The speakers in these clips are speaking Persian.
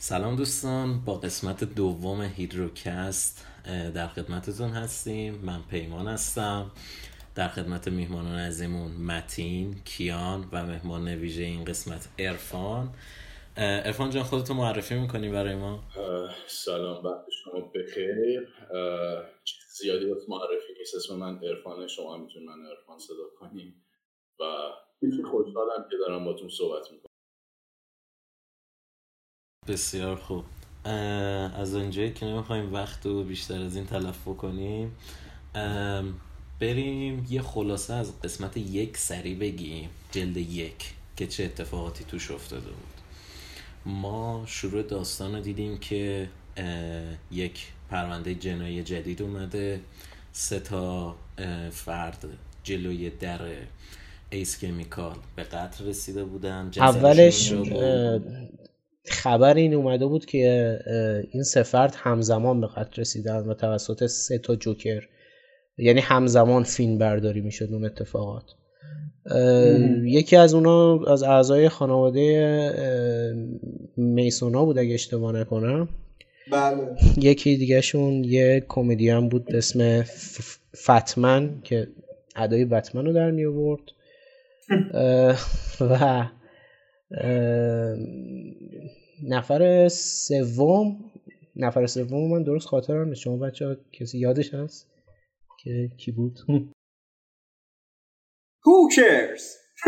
سلام دوستان، با قسمت دوم هیدروکست در خدمتتون هستیم. من پیمان هستم، در خدمت میهمانان عزیزمون متین، کیان و مهمان ویژه این قسمت عرفان. عرفان جان، خودتو معرفی میکنی برای ما؟ سلام، وقت شما بخیر. زیادی وقت معرفی نیست. اسم من عرفانه، شما میتونید من عرفان صدا کنیم و خیلی خوشحالم که دارم باتون صحبت میکنم. بسیار خوب. از اونجایی که نمیخوایم وقت رو بیشتر از این تلف کنیم، بریم یه خلاصه از قسمت 1 سریع بگیم. جلد 1 که چه اتفاقاتی توش افتاده بود. ما شروع داستان رو دیدیم که یک پرونده جنایی جدید اومده. 3 فرد جلوی در ایس کمیکال به قتل رسیده بودن. اولش خبر این اومده بود که این 3 فرد همزمان به قتل رسیدن و توسط 3 جوکر، یعنی همزمان فیلم برداری میشد اون اتفاقات. یکی از اونا از اعضای خانواده میسونا بود اگه اشتباه نکنم. بله. یکی دیگه شون یه کمدین بود به اسم فتمن که ادای بتمن رو در می آورد و نفر سوم من درست خاطرم نیست. شما بچه‌ها کسی یادش هست که کی بود؟ Who cares؟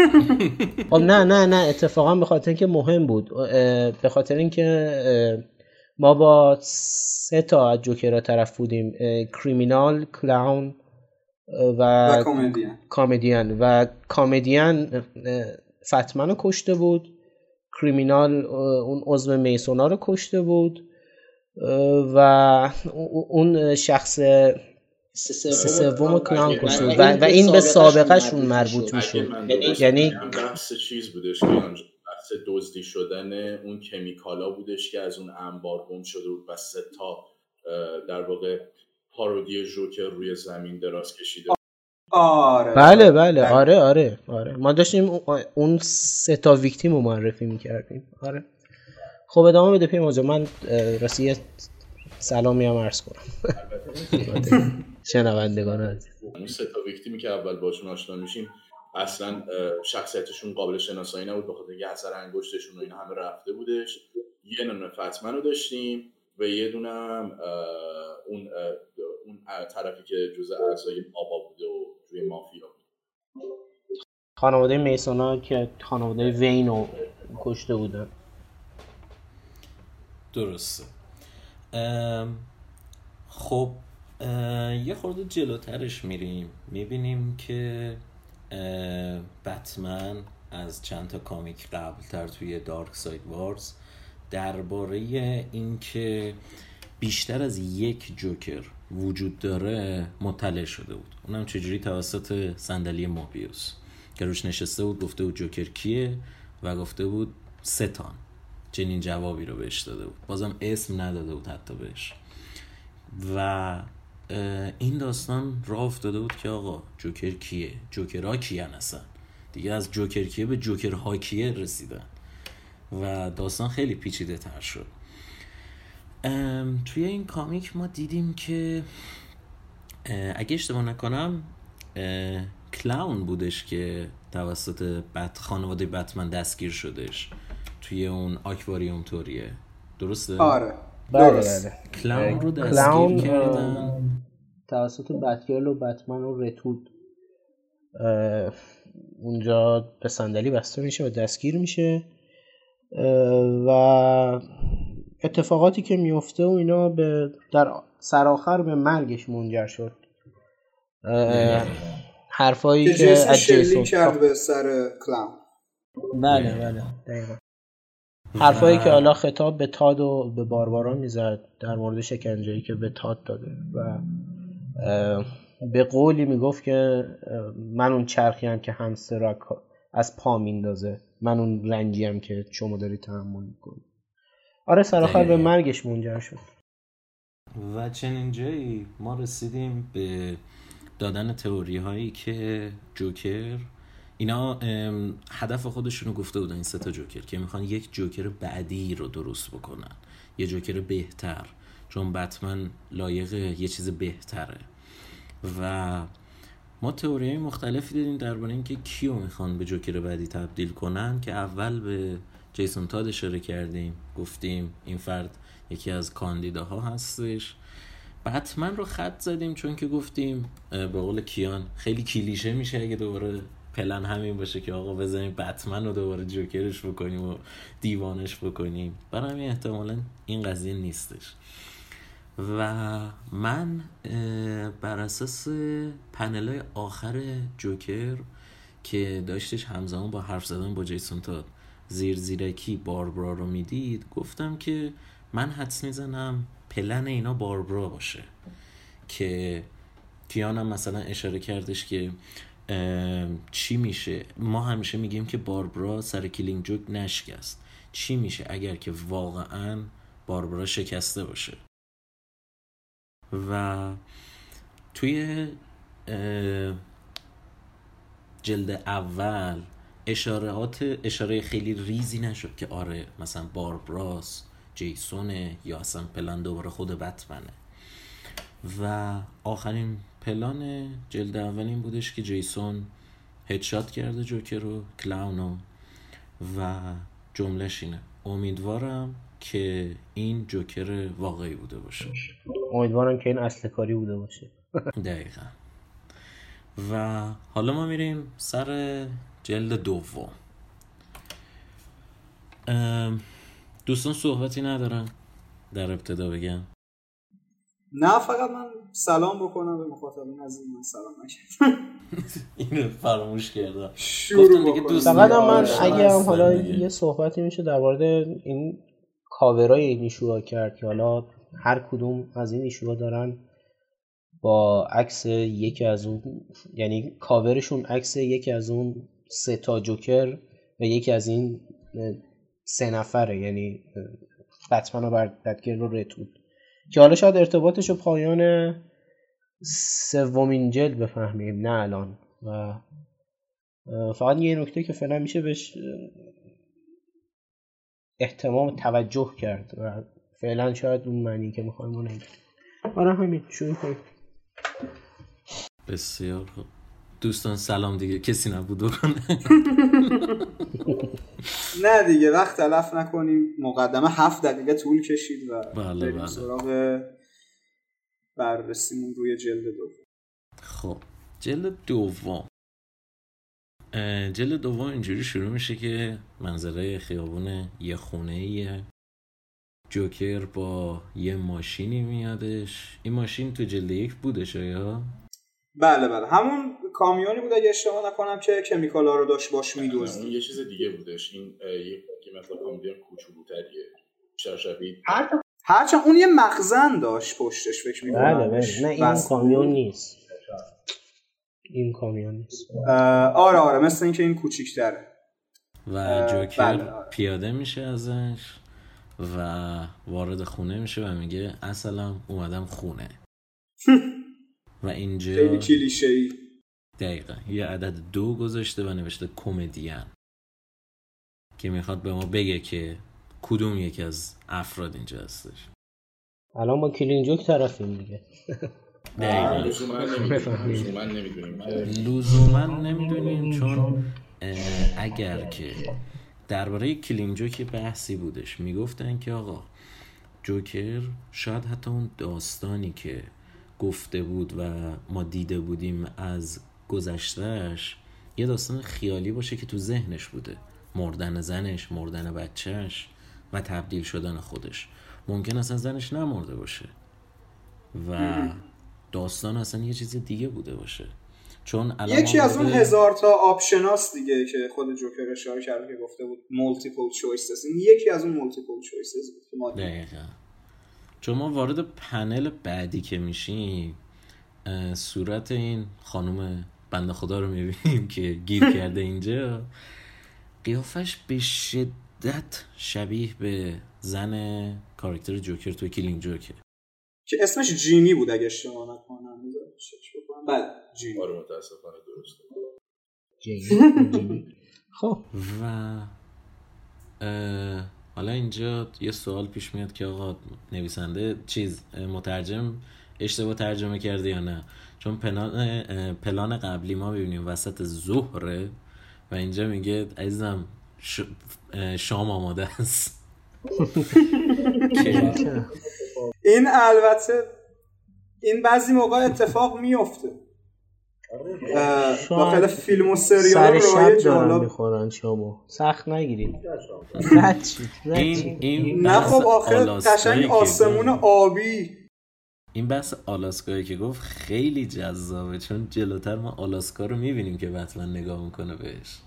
نه اتفاقا به خاطر اینکه مهم بود، به خاطر اینکه ما با 3 از جوکرها طرف بودیم، کریمینال، کلاون و کامدین. و کامدین فتمن رو کشته بود، کریمینال اون عضو میسونا رو کشته بود و اون شخص سوم کلان کشته بود و این به سابقه شون مربوط میشد. یعنی بحث چیز بودش که بحث دزدی شدن اون کمیکالا بودش که از اون انبار گم شده بود و 3 در واقع پارودی جوکر روی زمین دراز کشیده. بله. ما داشتیم اون 3 ویکتیم رو معرفی میکردیم. آره. خب ادامه بده پیمان جان. من راستی سلامی هم عرض کنم شنوندگان عزیز. اون 3 ویکتیمی که اول باشون آشنا میشیم اصلا شخصیتشون قابل شناسایی نبود، بخاطر اینکه اثر انگشتشون و اینا همه رفته بودش. یه دونه فتمن رو داشتیم و یه دونه اون طرفی که جزء اعضای آبا بوده و روی مافیا بود. خانواده میسونا که خانواده وین رو کشته بودن. درسته. خب یه خورده جلوترش میریم، میبینیم که بتمن از چند تا کامیک قبلتر توی دارک ساید وارز درباره این که بیشتر از یک جوکر وجود داره مطلع شده بود. اونم چجوری؟ توسط صندلی موبیوس که روش نشسته بود، گفته بود جوکر کیه و گفته بود 3 چنین جوابی رو بهش داده بود. بازم اسم نداده بود حتی بهش. و این داستان راه افتاده بود که آقا جوکر کیه؟ جوکرها کیان اصلا؟ دیگه از جوکر کیه به جوکرها کیه رسیدن و داستان خیلی پیچیده تر شد. توی این کامیک ما دیدیم که اگه اشتباه نکنم کلاون بودش که توسط خانواده بتمن دستگیر شدش توی اون آکواریوم توریه. درسته؟ آره. بله. کلاون رو دستگیر کردن توسط بتگرل و بتمن و رتود. اونجا به صندلی بسته میشه و دستگیر میشه و اتفاقاتی که میفته و اینا در سرآخر به مرگش منجر شد. حرفایی که از جیسون کرد به سر کلاون. بله دقیقاً. حرفایی که حالا خطاب به تاد و به باربارا میزد در مورد شکنجه‌ای که به تاد داده و به قولی میگفت که من اون چرخیم که همستر را از پا میندازه، من اون رنجیم که شما داری تحمل میکنی. آره، سرآخر به مرگش منجر شد. و چنین جایی ما رسیدیم به دادن تئوری هایی که جوکر، اینا هدف خودشونو گفته بودن این 3 جوکر که میخوان یک جوکر بعدی رو درست بکنن یه جوکر بهتر، چون بتمن لایق یه چیز بهتره. و ما تئوری‌های مختلفی دیدیم درباره اینکه کیو میخوان به جوکر بعدی تبدیل کنن، که اول به جیسون تاد اشاره کردیم، گفتیم این فرد یکی از کاندیداها هستش. بتمن رو خط زدیم چون که گفتیم به قول کیان خیلی کلیشه میشه اگه دوباره پلن همین باشه که آقا بزنیم بتمن رو دوباره جوکرش بکنیم و دیوانش بکنیم. برای همین احتمالاً این قضیه نیستش. و من بر اساس پنلای آخر جوکر که داشتش همزمان با حرف زدن با جیسون تاد زیرکی باربرا رو میدید، گفتم که من حدس میزنم پلن اینا باربرا باشه، که کیانم مثلا اشاره کردش که چی میشه، ما همیشه میگیم که باربرا سر کلینگ جوک نشکست، چی میشه اگر که واقعا باربرا شکسته باشه. و توی جلد اول اشاره خیلی ریزی نشد که آره مثلا باربراس جیسونه یا اصلا پلان دوباره خود بتمنه. و آخرین پلان جلد اول این بودش که جیسون هدشات کرده جوکر رو، کلاونو، و جملهش اینه امیدوارم که این جوکر واقعی بوده باشه، امیدوارم که این اصل کاری بوده باشه. دقیقا. و حالا ما میریم سر جلد دوم. دوستان صحبتی ندارن در ابتدا بگم؟ نه فقط من سلام بکنم به مخاطبین عزیز. من سلام نکردم. اینو فراموش کردم. شروع بکنم. فقط من اگه هم حالا یه صحبتی میشه در مورد این کاورای این ایشوها کرد که حالا هر کدوم از این ایشوها دارن با عکس یکی از اون، یعنی کاورشون عکس یکی از اون 3 تا جوکر و یکی از این 3 نفره، یعنی بتمن و بتگرل و رتود، که حالا شاید ارتباطش رو پایان 3مین جلد بفهمیم، نه الان. و فقط یه نکته که فعلا میشه بهش اهتمام توجه کرد و فعلا شاید اون معنی که میخوایم رو نگیم. برای همین شروع کنیم. بسیار خوب دوستان، سلام دیگه، کسی نبود بکنه. نه دیگه وقت تلف نکنیم. مقدمه 7 دقیقه طول کشید و بله. سراغ بررسیمون روی جلد دوم. خب جلد دوم اینجوری شروع میشه که منظره خیابون یه خونه جوکر با یه ماشینی میادش. این ماشین تو جلد 1 بودش یا؟ بله همون کامیونی بود اگه اشتباه نکنم که کمیکالا رو داشت باش میدوزد. اون یه چیز دیگه بودش. این یه مثلا کامیون کوچولوتریه، شبیه هرچند اون یه مخزن داشت پشتش فکر می‌کنم. بله نه این کامیون نیست. این کامیون نیست. آره مثل اینکه این کوچیک‌تره. و جوکر پیاده میشه ازش و وارد خونه میشه و میگه السلام اومدم خونه. و اینجا خیلی کلیشه‌ای دقیقاً یه عدد 2 گذاشته و نوشته کمدین، که میخواد به ما بگه که کدوم یکی از افراد اینجا هستش. الان با کلین جوک طرفیم دیگه. دقیقاً لزوما نمیدونیم چون اگر که درباره کلین جوک بحثی بودش میگفتن که آقا جوکر شاید حتی اون داستانی که گفته بود و ما دیده بودیم از گذشتهش یه داستان خیالی باشه که تو ذهنش بوده، مردن زنش، مردن بچهش و تبدیل شدن خودش. ممکن اصلا زنش نمرده باشه و داستان اصلا یه چیز دیگه بوده باشه. چون یکی از اون 1000 تا آپشناست دیگه که خود جوکر اشاره کرده که گفته بود multiple choices. این یکی از اون multiple choices بود که ما دقیقاً. چون ما وارد پنل بعدی که میشیم صورت این خانم بنده خدا رو میبینیم که گیر کرده اینجا. قیافش به شدت شبیه به زن کاراکتر جوکر توی کلینگ جوکه که اسمش جیمی بود اگه اشتباه نکنم. بله جیمی. آره متاسفانه درسته جیمی. خب و حالا اینجا یه سوال پیش میاد که آقا نویسنده مترجم اشتباه ترجمه کرده یا نه، چون پلان قبلی ما ببینیم وسط ظهره و اینجا میگه عزیزم شام آماده است. این البته این بعضی موقع اتفاق میفته داخل فیلم و سریال رایج جالب میخورن شامو سخت نگیرید. نه خب آخه قشنگ آسمون آبی. این بحث آلاسکایی که گفت خیلی جذابه، چون جلوتر ما آلاسکا رو میبینیم که بتمن نگاه میکنه بهش.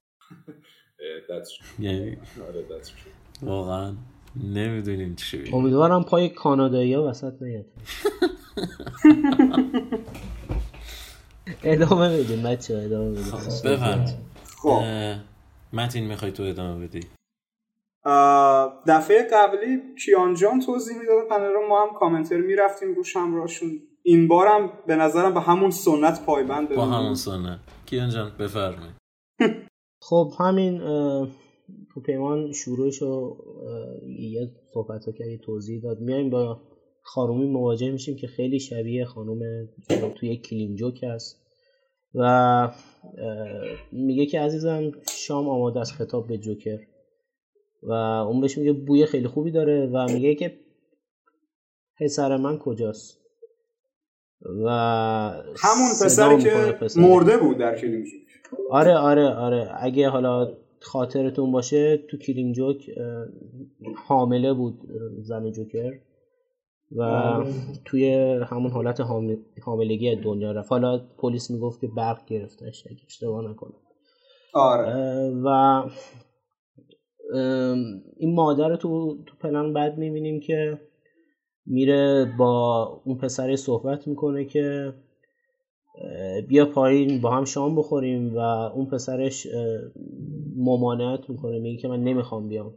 یعنی واقعا نمیدونیم چی بگیم. امیدوارم پای کانادایی‌ها وسط نیاد. ادامه بدیم بچه، ادامه بدیم. بفرم. خب متین میخوای تو ادامه بدی؟ دفعه قبلی کیان جان توضیح میداد پنل، ما هم کامنتر میرفتیم روش همراهشون. این بارم به نظرم به همون سنت پایبند با همون سنت. کیان جان بفرمایید. خب همین تو پیمان شروعشو یه صحبت ها کردی، توضیح داد. میایم با خانومی مواجه میشیم که خیلی شبیه خانوم توی کلیم جوک هست و میگه که عزیزم شام آماده است، خطاب به جوکر، و اون بهش میگه بوی خیلی خوبی داره و میگه که پسر من کجاست، و همون پسری که مرده بود در کلیم جوک. آره اگه حالا خاطرتون باشه تو کلیم جوک حامله بود زن جوکر و توی همون حالت حاملگی دنیا رفت. حالا پلیس میگفت که برق گرفتش اگه اشتباه نکنم. و این مادر رو تو پلن بعد میبینیم که میره با اون پسر صحبت میکنه که بیا پایین با هم شام بخوریم و اون پسرش ممانعت میکنه، میگه که من نمیخوام بیام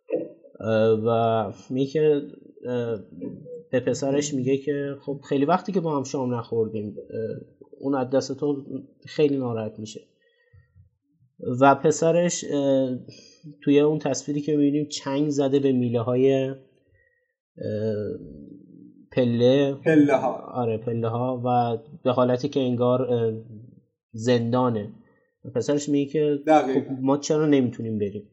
و میگه که به پسرش میگه که خب خیلی وقتی که با هم شام نخوردیم، اون از دست تو خیلی ناراحت میشه. و پسرش توی اون تصویری که میبینیم چنگ زده به میله های پله ها و به حالتی که انگار زندانه. پسرش میگه که خب ما چرا نمیتونیم بریم،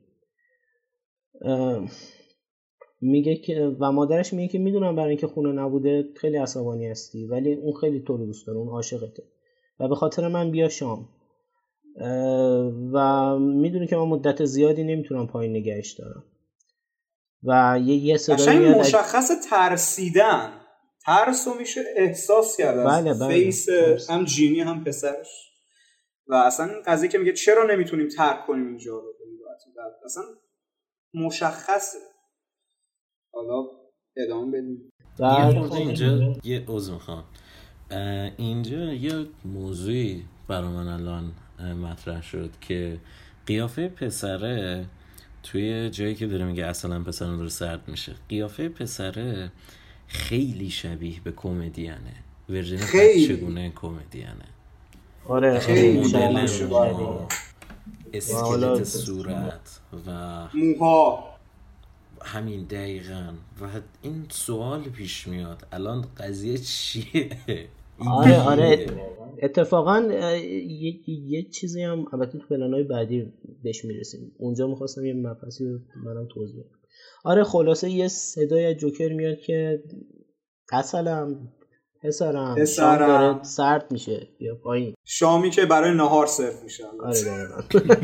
میگه که و مادرش میگه که میدونم برای اینکه خونه نبوده خیلی عصبانی هستی، ولی اون خیلی تو رو دوست داره، اون عاشقته و به خاطر من بیا شام، و میدونی که من مدت زیادی نمیتونم پایین نگهش دارم. و یه صدایی میاد مشخص ترسیدن، ترسو میشه احساس کرد از فیس هم جینی هم پسرش. و اصلا قضیه که میگه چرا نمیتونیم ترک کنیم اینجا رو، اصلا مشخصه. حالا ادامه بدیم. اینجا یه عذر میخوام، اینجا یه موضوعی برای من الان مطرح شد که قیافه پسره توی جایی که داره میگه اصلا پسرم داره سرد میشه، قیافه پسره خیلی شبیه به کمدیانه، ورژن بچگونه کمدیانه. خیلی مدل اسکلت صورت و موها همین دقیقاً. و این سوال پیش میاد الان قضیه چیه؟ آره اتفاقا یه چیزی هم البته تو پلن‌های بعدی بهش میرسیم، اونجا میخواستم یه مبحثی رو منم توضیح بدم. آره خلاصه یه صدای از جوکر میاد که پسرم شام داره سرد میشه، بیا پایین. شامی که برای نهار سرو میشه. آره دقیقاً.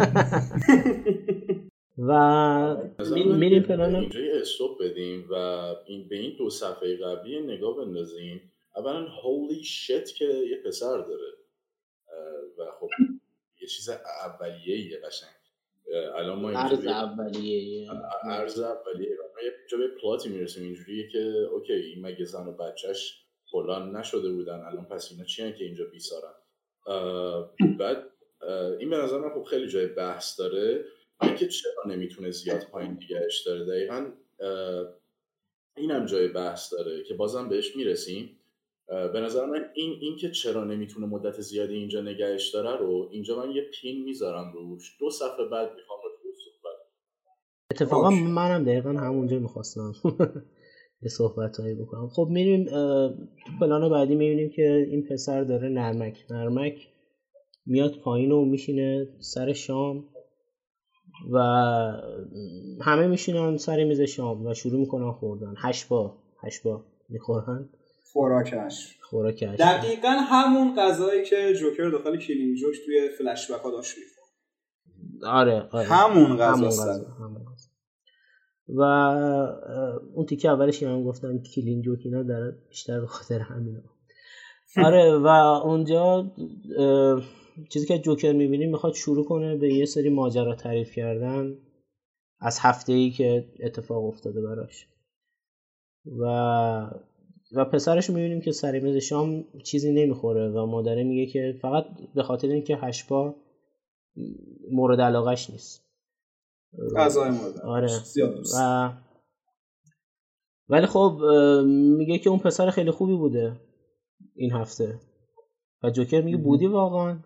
و میریم پلن اینجا یه استوب بدیم و این به این 2 صفحه قبلی نگاه بندازیم. اولا holy shit که یه پسر داره و خب یه چیز اولیه‌ایه قشنگ. الان ما عرض اولیه ما یه جا به پلاتی میرسیم اینجوریه که اوکی این مگه زن و بچهش فلان نشده بودن، الان پس اینا چی هن که اینجا بیسارن. بعد این به نظر من خب خیلی جای بحث داره، اینکه چرا نمیتونه زیاد پایین نگهش داره. دقیقاً اینم جای بحث داره که بازم بهش میرسیم. به نظر من این که چرا نمیتونه مدت زیادی اینجا نگهش داره رو اینجا من یه پین میذارم روش، 2 صفحه بعد میخوام رو صحبت. اتفاقا منم دقیقا همونجا میخواستم یه صحبتایی بکنم. خب میریم تو پلان بعدی میبینیم که این پسر داره نرمک میاد پایین و میشینه سر شام و همه میشینن سر میز شام و شروع میکنن خوردن. هشبا میخورن خوراکش. دقیقاً همون غذایی که جوکر داخل کلینگ جوک توی فلش بک ها داشت می‌خورد. آره. همون غذا. و اون تیکه اولش که من گفتم کلینگ جوک اینا در بیشتر به خاطر همینا. آره و اونجا چیزی که جوکر می‌بینیم میخواد شروع کنه به یه سری ماجرا تعریف کردن از هفته‌ای که اتفاق افتاده براش و پسرش می‌بینیم که سر میز شام چیزی نمیخوره و مادره میگه که فقط به خاطر اینکه هشبا مورد علاقش نیست. غذای مورد. آره. ولی خب میگه که اون پسر خیلی خوبی بوده این هفته و جوکر میگه بودی واقعا؟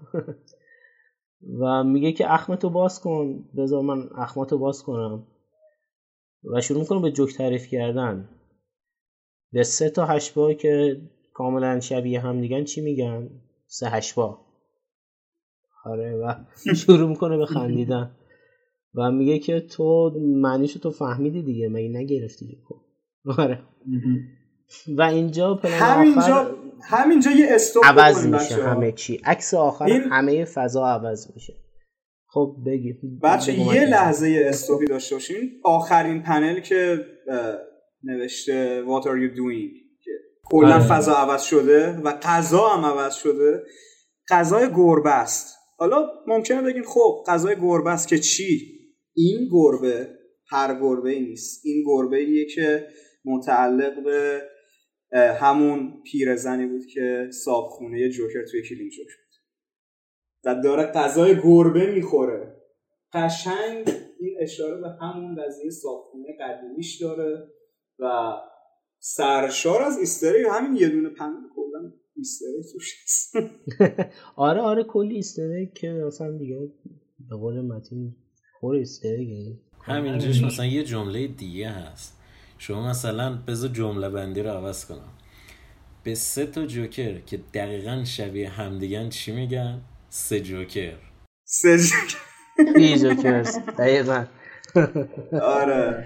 و میگه که اخمتو باز کن، بذار من اخماتو باز کنم و شروع میکنه به جوک تعریف کردن به 3 تا هشبا که کاملا شبیه هم دیگن. چی میگن؟ 3 هشبا. آره و شروع میکنه به خندیدن و میگه که تو معنیشو تو فهمیدی دیگه، مگه نگرفتی جوکو؟ آره. و اینجا پلان همینجا یه استوب عوض میشه همه چی، عکس آخر همه فضا عوض میشه. خب بگی بچه یه لحظه استوبی داشته باشین. آخرین پنل که نوشته What are you doing که کلا فضا عوض شده و غذا هم عوض شده. غذای گربه است. حالا ممکنه بگین خب غذای گربه است که چی؟ این گربه هر گربه ای نیست. این گربه ایه که متعلق به همون پیرزنی بود که صابخونه جوکر توی کلینگ جوک بود و داره غذای گربه میخوره. قشنگ این اشاره به همون قضیه صابخونه قدیمیش داره و سرشار از ایستری. همین یه دونه پنل کلا ایستری توش هست. آره کلی ایستری که اصلا دیگه به قول متین پر ایستری. همینجاش مثلا یه جمله دیگه هست. شما مثلا بذار جمله بندی رو عوض کنم. به 3 تا جوکر که دقیقاً شبیه همدیگن چی میگن؟ 3 جوکر. 3 جوکرز دقیقاً. آره.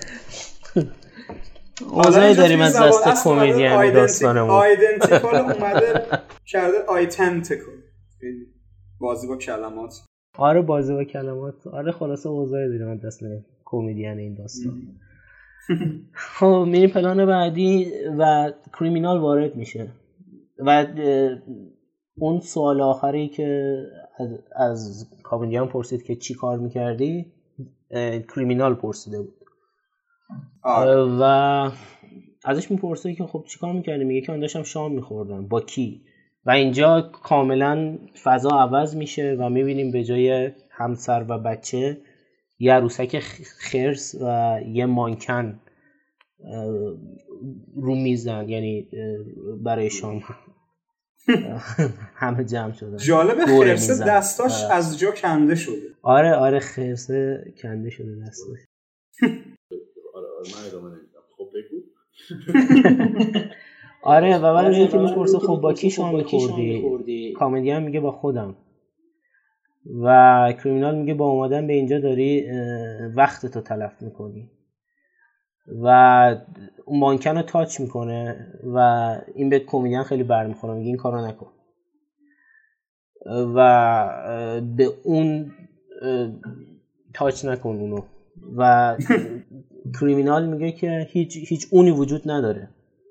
اوضاعی داریم از دست کمدین داستانمون. آیدنتیکال اومده کرده آیتنتیکال. بازی با کلمات. آره بازی با کلمات. آره خلاصه اوضاعی داریم از دست کمدین این داستان. خب میریم پلان بعدی و کریمینال وارد میشه و اون سوال آخری که از کامدین پرسید که چی کار میکردی، کریمینال پرسیده بود و ازش میپرسه که خب چی کار میکردی؟ میگه که من داشتم شام میخوردم. با کی؟ و اینجا کاملا فضا عوض میشه و میبینیم به جای همسر و بچه یه عروسک خرس و یه مانکن رو میزن، یعنی برای شام همه جمع شدن. جالبه خرس دستاش از جا کنده شده. آره خرس کنده شده دستاش. آره من ادامه نمیدم. خب بگو. آره و بعد اینکه میپرسه خب با کی شام می‌خوردی؟ کامدین میگه با خودم و کریمینال میگه با اومدن به اینجا داری وقتتو تلف میکنی و اون مانکن رو تاچ میکنه و این به کمدین خیلی برمیخوره. میگه این کارو نکن و به اون تاچ نکن اونو و کریمینال میگه که هیچ اونی وجود نداره،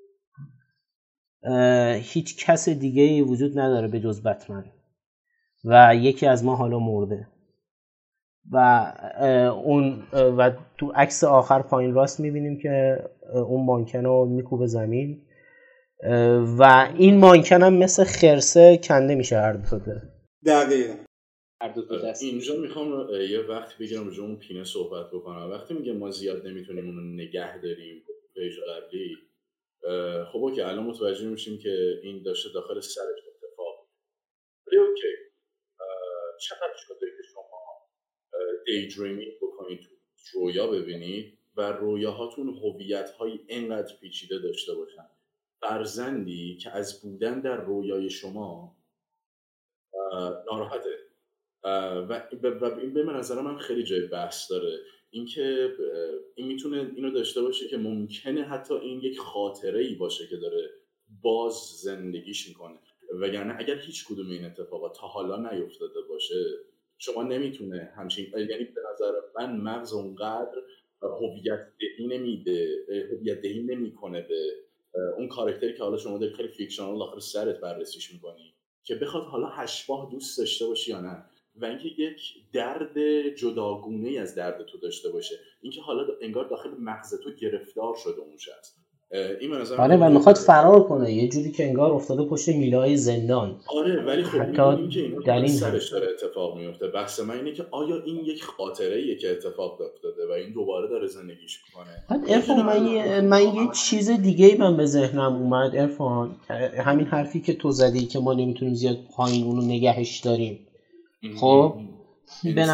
هیچ کس دیگه‌ای وجود نداره به جز بتمن و یکی از ما حالا مرده. و اون و تو عکس آخر پایین راست میبینیم که اون مانکن رو میکوبه زمین و این مانکن هم مثل خرسه کنده میشه هر دو تا. دقیقاً. اینجا میخوام یه وقت بگیرم راجع اون پینه صحبت بکنم. وقتی میگه ما زیاد نمیتونیم اونو نگه داریم پیج قبلی، خب اوکی الان متوجه میشیم که این داشته داخل سرش اتفاق. ولی اوکی چقدر شده که شما دی دریمینگ بکنید تو رویا ببینید و رویاهاتون هویت‌های اینقدر پیچیده داشته باشن. فرزندی که از بودن در رویای شما ناراحته و این به نظر من خیلی جای بحث داره. اینکه این میتونه اینو داشته باشه که ممکنه حتی این یک خاطره‌ای باشه که داره باز زندگیش میکنه، وگرنه اگر هیچ کدوم این اتفاقات تا حالا نیفتاده باشه شما نمیتونه همچین، یعنی به نظر من مغز اونقدر هویت دهی نمیکنه به اون کاراکتری که حالا شما داری خیلی فیکشنال آخر سرت بررسیش میکنی که بخواد حالا هشباه دوست داشته باشی یا نه، و اینکه یک درد جداگونه از درد تو داشته باشه، اینکه حالا انگار داخل مغز تو گرفتار شده اون شخص. این منظر آره و میخواد فرار کنه یه جوری که انگار افتاده پشت میله‌های زندان. آره ولی خب می‌بینیم که این سرش داره اتفاق میفته. بحث من اینه که آیا این یک خاطره‌ایه که اتفاق افتاده و این دوباره داره زندگیش میکنه. عرفان من یه چیز دیگه‌ای من به ذهنم اومد عرفان، همین حرفی که تو زدی که ما نمیتونیم زیاد پایین اونو نگهش داریم. خب به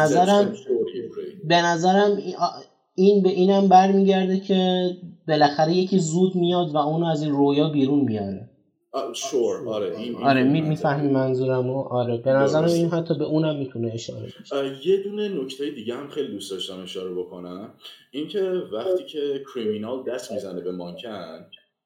نظرم این به اینم برمیگرده که بالاخره یکی زود میاد و اونو از این رویا بیرون میاره. آره میفهمی منظورمو. آره به نظرم این حتی به اونم میتونه اشاره بشه. یه دونه نکته دیگه هم خیلی دوست داشتم اشاره بکنم، این که وقتی که کریمینال دست میزنه به مانکن،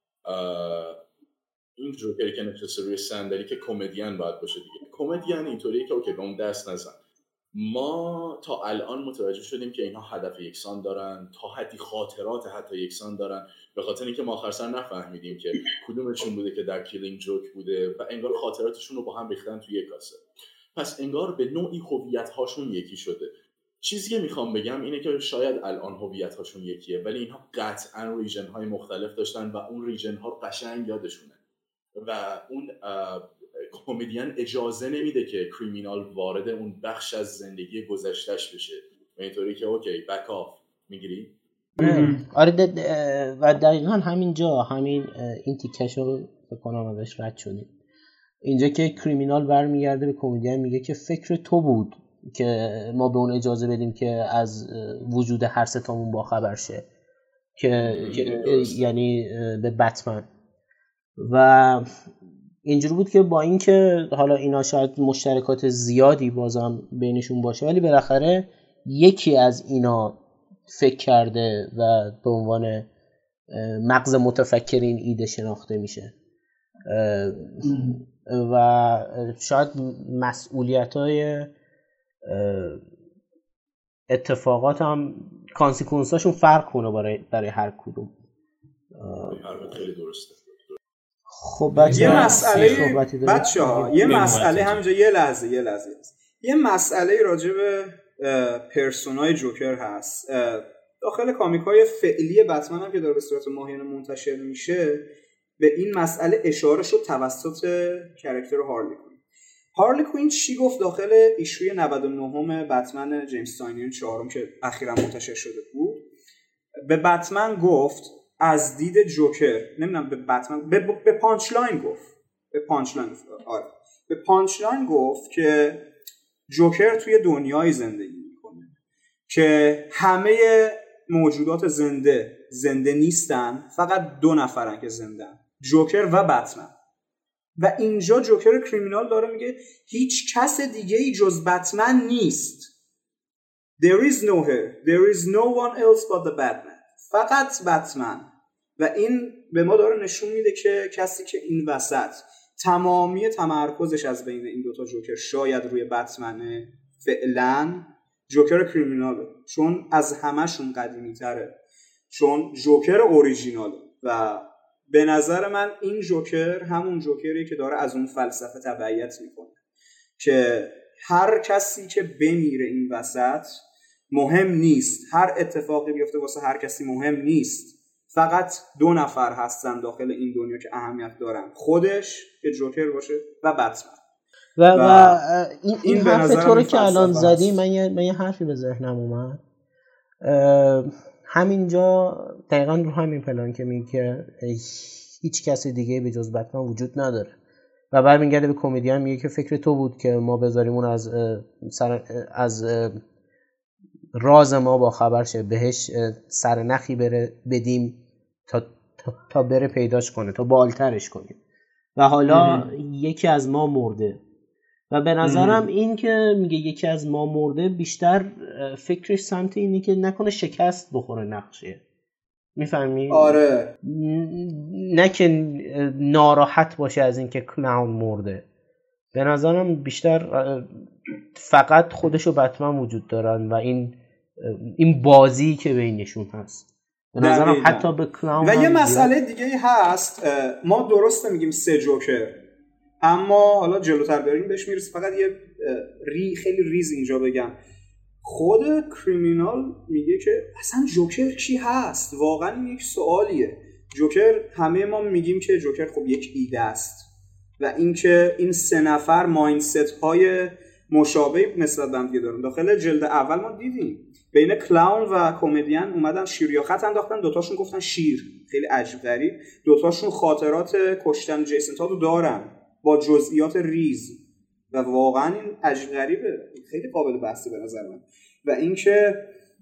این جوکری که نشسته روی صندلی که کمدین باید باشه دیگه، کمدین اینطوریه که اوکی به اون دست نزن. ما تا الان متوجه شدیم که اینها هدف یکسان دارن، تا حدی خاطرات حتی یکسان دارن، به خاطر اینکه ما آخر سر نفهمیدیم که کدومشون بوده که در کیلینگ جوک بوده و انگار خاطراتشون رو با هم ریختن توی یک کاسه. پس انگار به نوعی هویت‌هاشون یکی شده. چیزی که میخوام بگم اینه که شاید الان هویت‌هاشون یکیه ولی اینها قطعاً ریژن‌های مختلف داشتن و اون ریژن‌ها قشنگ یادشونه و اون کمدین اجازه نمیده که کریمینال وارد اون بخش از زندگی گذشتهش بشه و اینطوری که اوکی بک آف میگیری. آره و دقیقاً همینجا این تیکشو فکر کنم ازش رد شدیم، اینجا که کریمینال برمیگرده به کمدین میگه که فکر تو بود که ما به اون اجازه بدیم که از وجود هر ستامون باخبر شه که یعنی به بتمن. و اینجوری بود که با اینکه حالا اینا شاید مشترکات زیادی بازم بینشون باشه ولی بالاخره یکی از اینا فکر کرده و به عنوان مغز متفکر این ایده شناخته میشه و شاید مسئولیت‌های اتفاقات هم کانسیکونساشون فرق کنه برای هر کدوم. خیلی درسته. خب یه مسئله همینجا یه لحظه یه مسئله راجع به پرسونای جوکر هست داخل کامیک‌های فعلی بتمن هم که داره به صورت ماهیانه منتشر میشه. به این مسئله اشاره شد توسط کاراکتر هارلی کوین چی گفت داخل ایشوی 99 بتمن جیمز تاینین 4 که اخیراً منتشر شده بود. به بتمن گفت از دید جوکر، نمیدونم به بتمن به پانچ لاین گفت که جوکر توی دنیای زندگی میکنه که همه موجودات زنده نیستن، فقط 2 نفرن که زندن، جوکر و بتمن. و اینجا جوکر کریمینال داره میگه هیچ کس دیگه ای جز بتمن نیست. There is no her. There is no one else but the Batman. فقط بتمن. و این به ما داره نشون میده که کسی که این وسط تمامی تمرکزش از بین این دوتا جوکر شاید روی بتمنه فعلا جوکر کریمیناله، چون از همه‌شون قدیمی تره، چون جوکر اوریجیناله. و به نظر من این جوکر همون جوکریه که داره از اون فلسفه تبعیت میکنه که هر کسی که بمیره این وسط مهم نیست، هر اتفاقی بیفته واسه هر کسی مهم نیست، فقط 2 نفر هستن داخل این دنیا که اهمیت دارن، خودش که جوکر باشه و بتمن. و این حرف تو رو که الان زدی من یه حرفی به ذهنم اومد همینجا دقیقا رو همین پلان که میگه که هیچ کسی دیگه به جز بتمن وجود نداره و برمیگرده به کمدین میگه که فکر تو بود که ما بذاریم اون از راز ما با خبر شه، بهش سرنخی بدیم تا بره پیداش کنه، تا بالترش کنیم و حالا یکی از ما مرده. و به نظرم این که میگه یکی از ما مرده بیشتر فکرش سمت اینی که نکنه شکست بخوره نقشه. میفهمی؟ آره. نه که ناراحت باشه از اینکه کلاون مرده. به نظرم بیشتر فقط خودش و بتمن وجود دارن و این بازی که بینشون هست. به نظرم حتی به کلاون و یه مسئله دیگه هست، ما درسته میگیم 3 جوکر، اما حالا جلوتر بریم بهش میرسه. فقط یه خیلی ریز اینجا بگم، خود کریمینال میگه که اصلا جوکر کی هست؟ واقعا این یک سوالیه. جوکر همه ما میگیم که جوکر خب یک ایده است و اینکه این 3 نفر مایندست های مشابه نسبت به هم دیگه دارن. داخل جلد اول ما دیدیم بین کلاون و کمدین اومدن شیر یا خط انداختن، دوتاشون گفتن شیر، خیلی عجیب غریب. دوتاشون خاطرات کشتن جیسون تاد رو دارن با جزئیات ریز و واقعا این عجیب غریبه، خیلی قابل بحثه به نظر من. و اینکه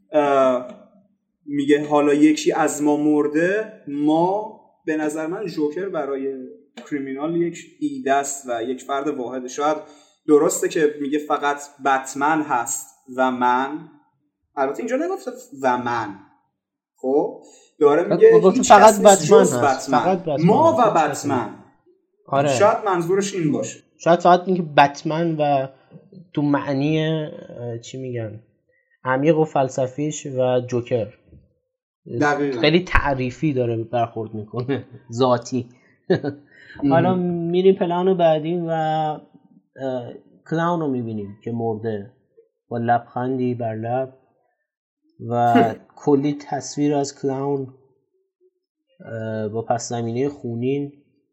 میگه حالا یکی از ما مرده، ما به نظر من جوکر برای کریمینال یک ایده است و یک فرد واحد. شاید درسته که میگه فقط بتمن هست و من، البته اینجا نگفته و من، خب داره میگه هیچ فقط کس جز بتمن، ما و بتمن. آره. شاید منظورش این باشه، شاید فقط اینکه بتمن و تو معنی چی میگن عمیق و فلسفیش و جوکر دقیقا خیلی تعریفی داره برخورد میکنه ذاتی. حالا میریم پلان بعدی و کلاون رو میبینیم که مرده با لبخندی بر لب و کلی تصویر از کلاون با پس زمینه خونین،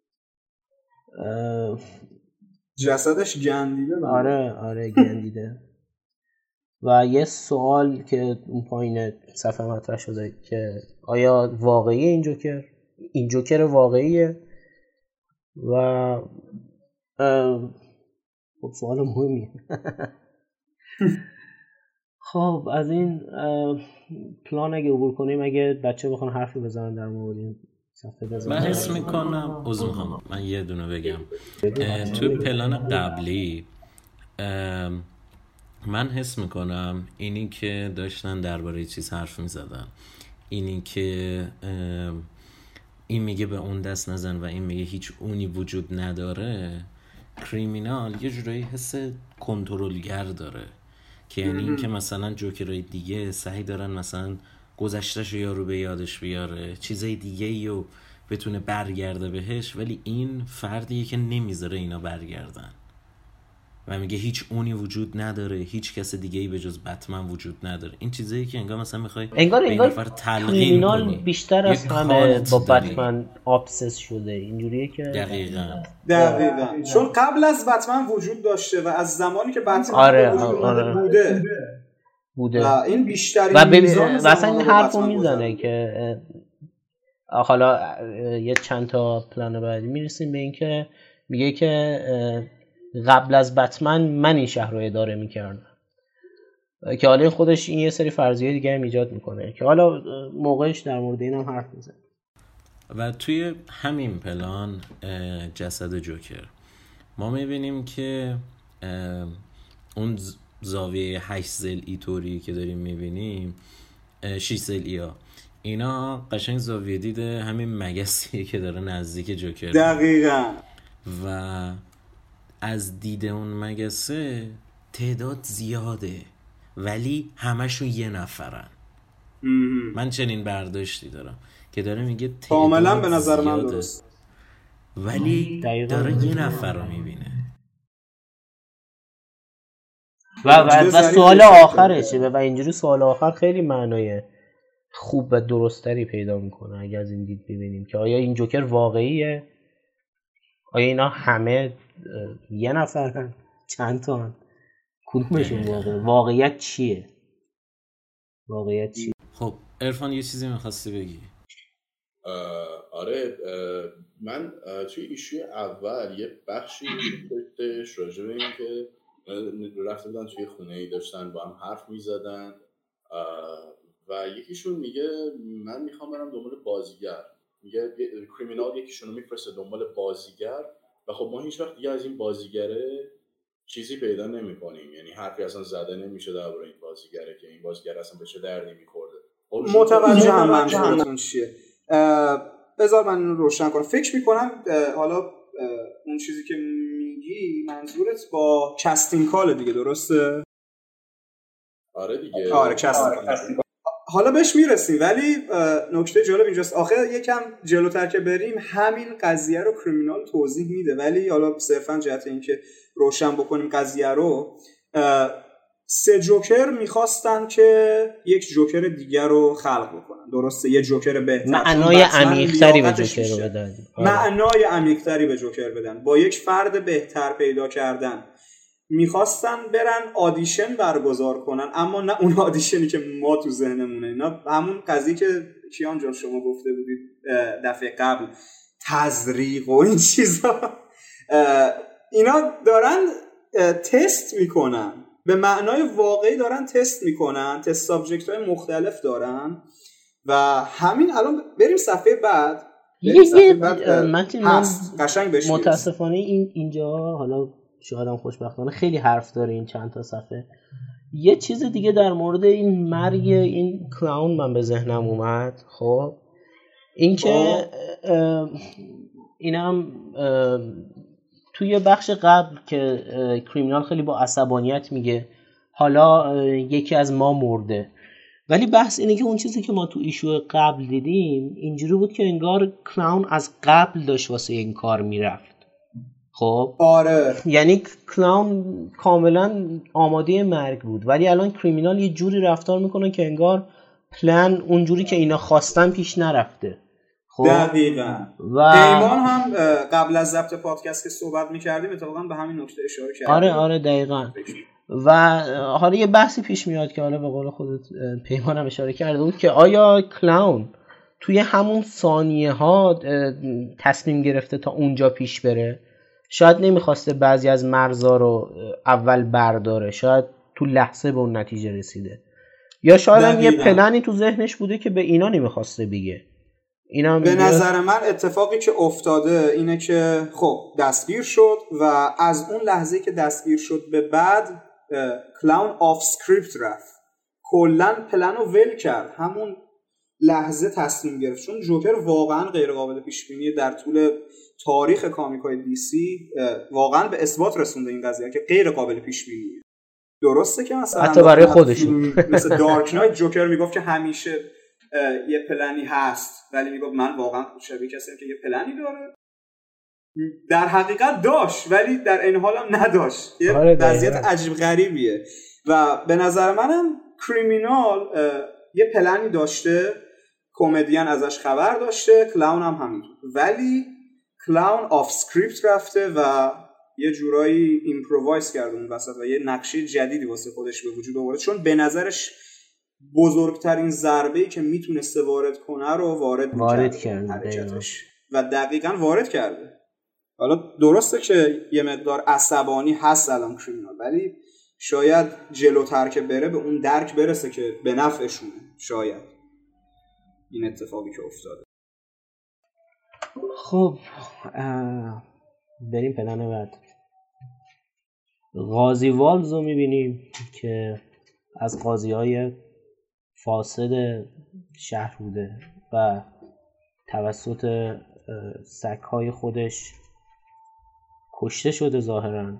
جسدش گندیده. آره گندیده. و یه سوال که اون پایین صفحه مطرح شده که آیا واقعی این جوکر واقعیه؟ و خب سوال مهمیه. خب از این پلان اگه عبور کنیم، اگه بچه بخوان حرفی بزنن در مورد این صفحه بزنن. من حس میکنم من یه دونه بگم توی پلان قبلی من حس میکنم اینی که داشتن درباره چیز حرف میزدن، اینی که این میگه به اون دست نزن و این میگه هیچ اونی وجود نداره، کریمینال یه جورایی حس کنترلگر داره که یعنی این که مثلا جوکرهای دیگه سعی دارن مثلا گذشته‌شو یارو به یادش بیاره، چیزای دیگه‌ای رو بتونه برگرده بهش، ولی این فردیه که نمیذاره اینا برگردن و میگه هیچ اونی وجود نداره، هیچ کس دیگه‌ای به جز بتمن وجود نداره. این چیزایی که انگار مثلا میخوای انگار نفر تلقین کنی، بیشتر از همه با بتمن ابسس شده، اینجوریه که دقیقاً چون قبل از بتمن وجود داشته و از زمانی که بتمن وجود بوده و این بیشترین میزان و اصلا این حرفو میزنه که حالا یه چند تا پلان بعدی میرسیم به این که میگه که قبل از بتمن من این شهر رو اداره میکردم، که حالا خودش این یه سری فرضیه دیگه هم ایجاد میکنه که حالا موقعش در مورد این هم حرف میزنه. و توی همین پلان جسد جوکر ما میبینیم که اون زاویه 8 ضلعی طوری که داریم میبینیم 6 ضلعی ها، اینا قشنگ زاویه دیده همین مگسیه که داره نزدیک جوکر. دقیقاً. و از دید اون مگسه تعداد زیاده ولی همشون یه نفرن. من چنین برداشتی دارم که داره میگه کاملا به نظر من درست، ولی داره یه نفر رو میبینه. و سوال آخرشه و اینجوری سوال آخر خیلی معنای خوب و درستری پیدا میکنه اگه از این دید ببینیم که آیا این جوکر واقعیه، آیا اینا همه یه نفرن، چند تا هن، کدومشون واقعیت چیه؟ خب عرفان یه چیزی میخواستی بگی؟ آره من توی ایشوی اول یه بخشی داشتش راجع به این که رفته بودن توی خونه ای داشتن با هم حرف میزدن و یکیشون میگه من میخوام برم دنبال بازیگر، میگه کریمینال یکیشونو میفرسته دنبال بازیگر و خب ما هیچ وقت دیگه از این بازیگره چیزی پیدا نمی‌کنیم، یعنی حرفی اصلا زده نمیشه درباره این بازیگره که این بازیگر اصلا به چه دردی می‌خورده. متوجه هم منظورتون چیه. بذار من روشن کنم. فکر می‌کنم حالا اون چیزی که میگی منظورت با کاستینگ کال دیگه، درسته؟ آره دیگه. آره کاستینگ. حالا بهش میرسیم، ولی نکته جالب اینجاست، آخه یکم جلوتر که بریم همین قضیه رو کریمینال توضیح میده، ولی حالا صرفا جهت اینکه روشن بکنیم قضیه رو، 3 جوکر میخواستن که یک جوکر دیگر رو خلق بکنن، درسته؟ یه جوکر بهتر، معنای عمیق‌تری به جوکر رو بدن. معنای عمیق‌تری به جوکر بدن، با یک فرد بهتر پیدا کردن. میخواستن برن آدیشن برگزار کنن، اما نه اون آدیشنی که ما تو ذهنمونه، اینا همون قضیه که کیان جان شما گفته بودید دفعه قبل، تزریق و این چیزا، اینا دارن تست میکنن، به معنای واقعی دارن تست میکنن، تست سابجکت های مختلف دارن و همین. الان بریم صفحه بعد. من قشنگ بشه. متاسفانه اینجا حالا شایدم خوشبختانه خیلی حرف داره این چند تا صفحه. یه چیز دیگه در مورد این مرگ این کلاون من به ذهنم اومد. خب این که اینم توی بخش قبل که کریمینال خیلی با عصبانیت میگه حالا یکی از ما مرده، ولی بحث اینه که اون چیزی که ما تو ایشو قبل دیدیم اینجوری بود که انگار کلاون از قبل داشت واسه این کار میرفت. خب آره، یعنی کلاون کاملا آماده مرگ بود، ولی الان کریمینال یه جوری رفتار میکنه که انگار پلن اونجوری که اینا خواستن پیش نرفته. خب دقیقاً. و پیمان هم قبل از ضبط پادکست که صحبت میکردیم اتفاقا به همین نکته اشاره کردیم. آره دقیقاً. و حالا یه بحثی پیش میاد که حالا به قول خودت پیمان هم اشاره کرده بود که آیا کلاون توی همون ثانیه ها تصمیم گرفته تا اونجا پیش بره؟ شاید نمیخواسته بعضی از مرزا رو اول برداره، شاید تو لحظه به اون نتیجه رسیده، یا شاید هم یه پلنی تو ذهنش بوده که به اینا نمیخواسته بگه. اینا به نظر من اتفاقی که افتاده اینه که خب دستگیر شد و از اون لحظه که دستگیر شد به بعد کلاون آف سکریپت رفت، کلن پلن رو ول کرد، همون لحظه تصمیم گرفت. چون جوکر واقعا غیر قابل پیش بینی در طول تاریخ کامیکای دی سی، واقعا به اثبات رسونده این قضیه که غیر قابل پیش بینیه. درسته که مثلا حتی برای خودشون مثل دارک نایت جوکر میگفت که همیشه یه پلنی هست، ولی میگفت من واقعا شبیه کسی که یه پلنی داره. در حقیقت داشت ولی در این حال هم نداشت. یه وضعیت عجیب غریبیه و به نظر منم کریمینال یه پلنی داشته، کمدین ازش خبر داشته، کلاون هم همینطور، ولی کلاون آف سکریپت رفته و یه جورایی ایمپرووایز کرده اون وسط و یه نقشه جدیدی واسه خودش به وجود آورد، چون به نظرش بزرگترین ضربه‌ای که میتونسته وارد کنه رو وارد کرده و دقیقاً وارد کرده. حالا درسته که یه مقدار عصبانی هست الان کریمینال، ولی شاید جلوتر که بره به اون درک برسه که به نفعشونه. شاید این اتفاقی که افتاده. خب بریم پلن بعد. قاضی والز رو میبینیم که از قاضی‌های فاسد شهر بوده و توسط سگ‌های خودش کشته شده ظاهراً.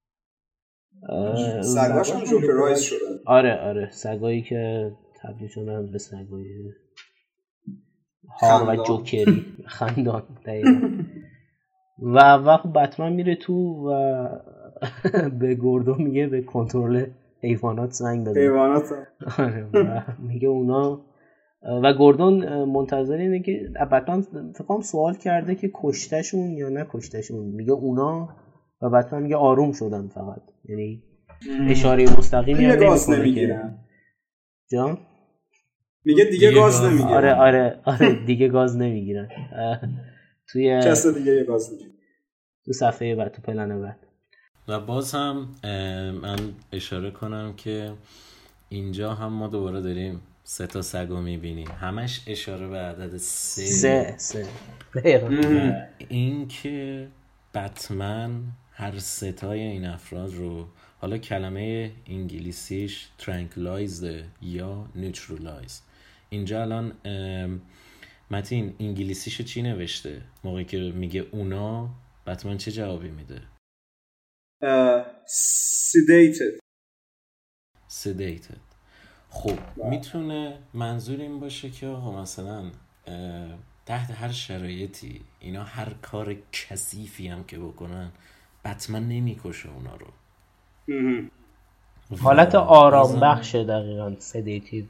سگ‌هاش هم جوکرایز شدن. آره سگایی که تبدیل شدن به سگای هار و جوکری خندان دقیقا. و بتمن میره تو و به گوردون میگه به کنترل حیوانات زنگ بزن. حیوانات و میگه اونا و گوردون منتظر اینه که بتمن فکر کنم سوال کرده که کشتشون یا نکشتشون، میگه اونا، و بتمن میگه آروم شدن فقط، یعنی اشاره مستقیمی هم نمیکنه که جان میگه دیگه گاز نمیگیرن. آره دیگه گاز نمیگیرن. توی کس دیگه گاز نمیگیرن. تو صفحه بعد، تو پلن بعد. و باز هم من اشاره کنم که اینجا هم ما دوباره داریم 3 تا سگو میبینیم، همش اشاره به عدد 3. این که بتمن هر 3 تای این افراد رو، حالا کلمه انگلیسیش tranquilize یا neutralize. اینجا الان متین انگلیسیشو چی نوشته؟ موقعی که میگه اونا، بتمن چه جوابی میده؟ sedated. خب میتونه منظور این باشه که آقا مثلا تحت هر شرایطی اینا هر کار کثیفی هم که بکنن بتمن نمیکشه اونا رو. حالت آرام بخشه دقیقاً sedated.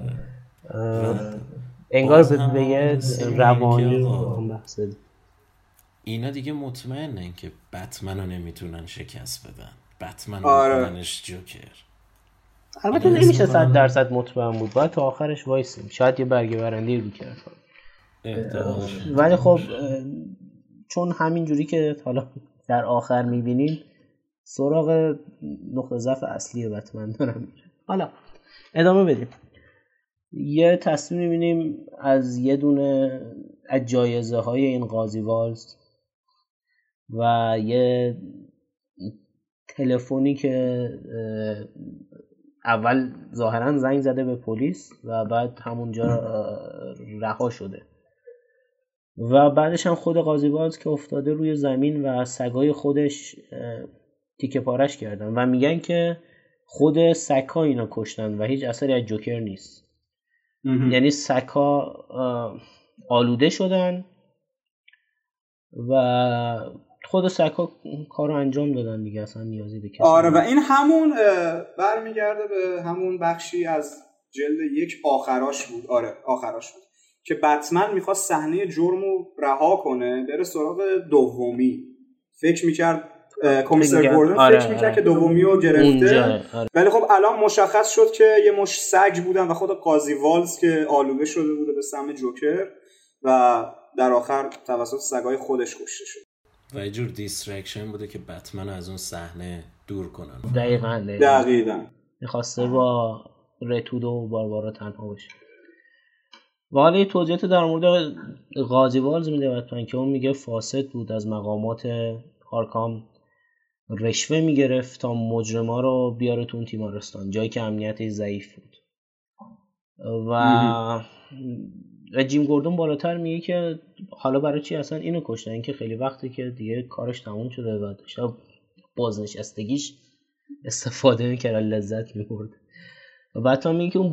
انگار به یه روانی آرام بخشه. اینا دیگه مطمئنن که بتمن رو نمیتونن شکست بدن. بتمن رو میکننش جوکر. البته نمیشه 100% مطمئن بود، باید تا آخرش وایسیم، شاید یه برگه برنده رو کرد. ولی خب چون همین جوری که حالا در آخر میبینیم سراغ نقطه ضعف اصلی بتمن دارم میره. حالا ادامه بدیم. یه تصویر میبینیم از یه دونه از جایزه های این قاضی والز و یه تلفنی که اول ظاهرا زنگ زده به پلیس و بعد همونجا رها شده و بعدش هم خود قاضی والز که افتاده روی زمین و سگای خودش تیکه پارش کردن و میگن که خود سگ‌ها اینا کشتن و هیچ اثری از جوکر نیست. یعنی سگ‌ها آلوده شدن و خود سگ‌ها کارو انجام دادن دیگه، اصلا نیازی به کسی. آره و این همون برمیگرده به همون بخشی از جلد 1 آخراش بود. آره آخراش بود که بتمن میخواست صحنه جرمو رها کنه بره سراغ دومی. فکر میکرد کمیسر گوردن فکر میکرد که دومیو گرفته، ولی خب الان مشخص شد که یه مش سگ بودن و خود قاضی والز که آلوده شده بوده به سم جوکر و در آخر توسط سگای خودش کشته شد. و یه جور دیسترکشن بوده که بتمن از اون صحنه دور کنن. دقیقاً میخواسته با رتود و باربارا تنها بشه. و حالا یه توضیحات در مورد قاضی والز میده بتمن که اون میگه فاسد بود، از مقامات آرکام رشوه میگرفت تا مجرما رو بیاره تو اون تیمارستان، جایی که امنیتش ضعیف بود. و جیم گوردون بالاتر میگه که حالا برای چی اصلا اینو کشتن، این که خیلی وقتی که دیگه کارش تموم شده و داشته بازنشستگیش استفاده میکرد، لذت میبرد. و بعد میگه که اون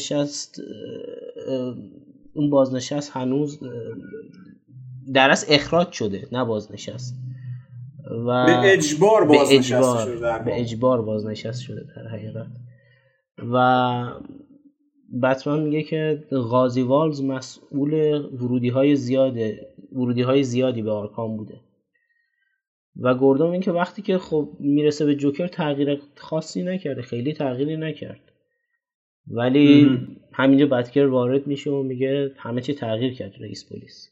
بازنشست هنوز در اصل اخراج شده، نه بازنشست، و به اجبار بازنشسته شده در حقیقت. و بتمن میگه که قاضی والز مسئول ورودی‌های زیادی به آرکام بوده و گوردون این که وقتی که خب میرسه به جوکر تغییر خاصی نکرده، خیلی تغییری نکرد، ولی همینجا بتگر وارد میشه و میگه همه چی تغییر کرد رئیس پلیس.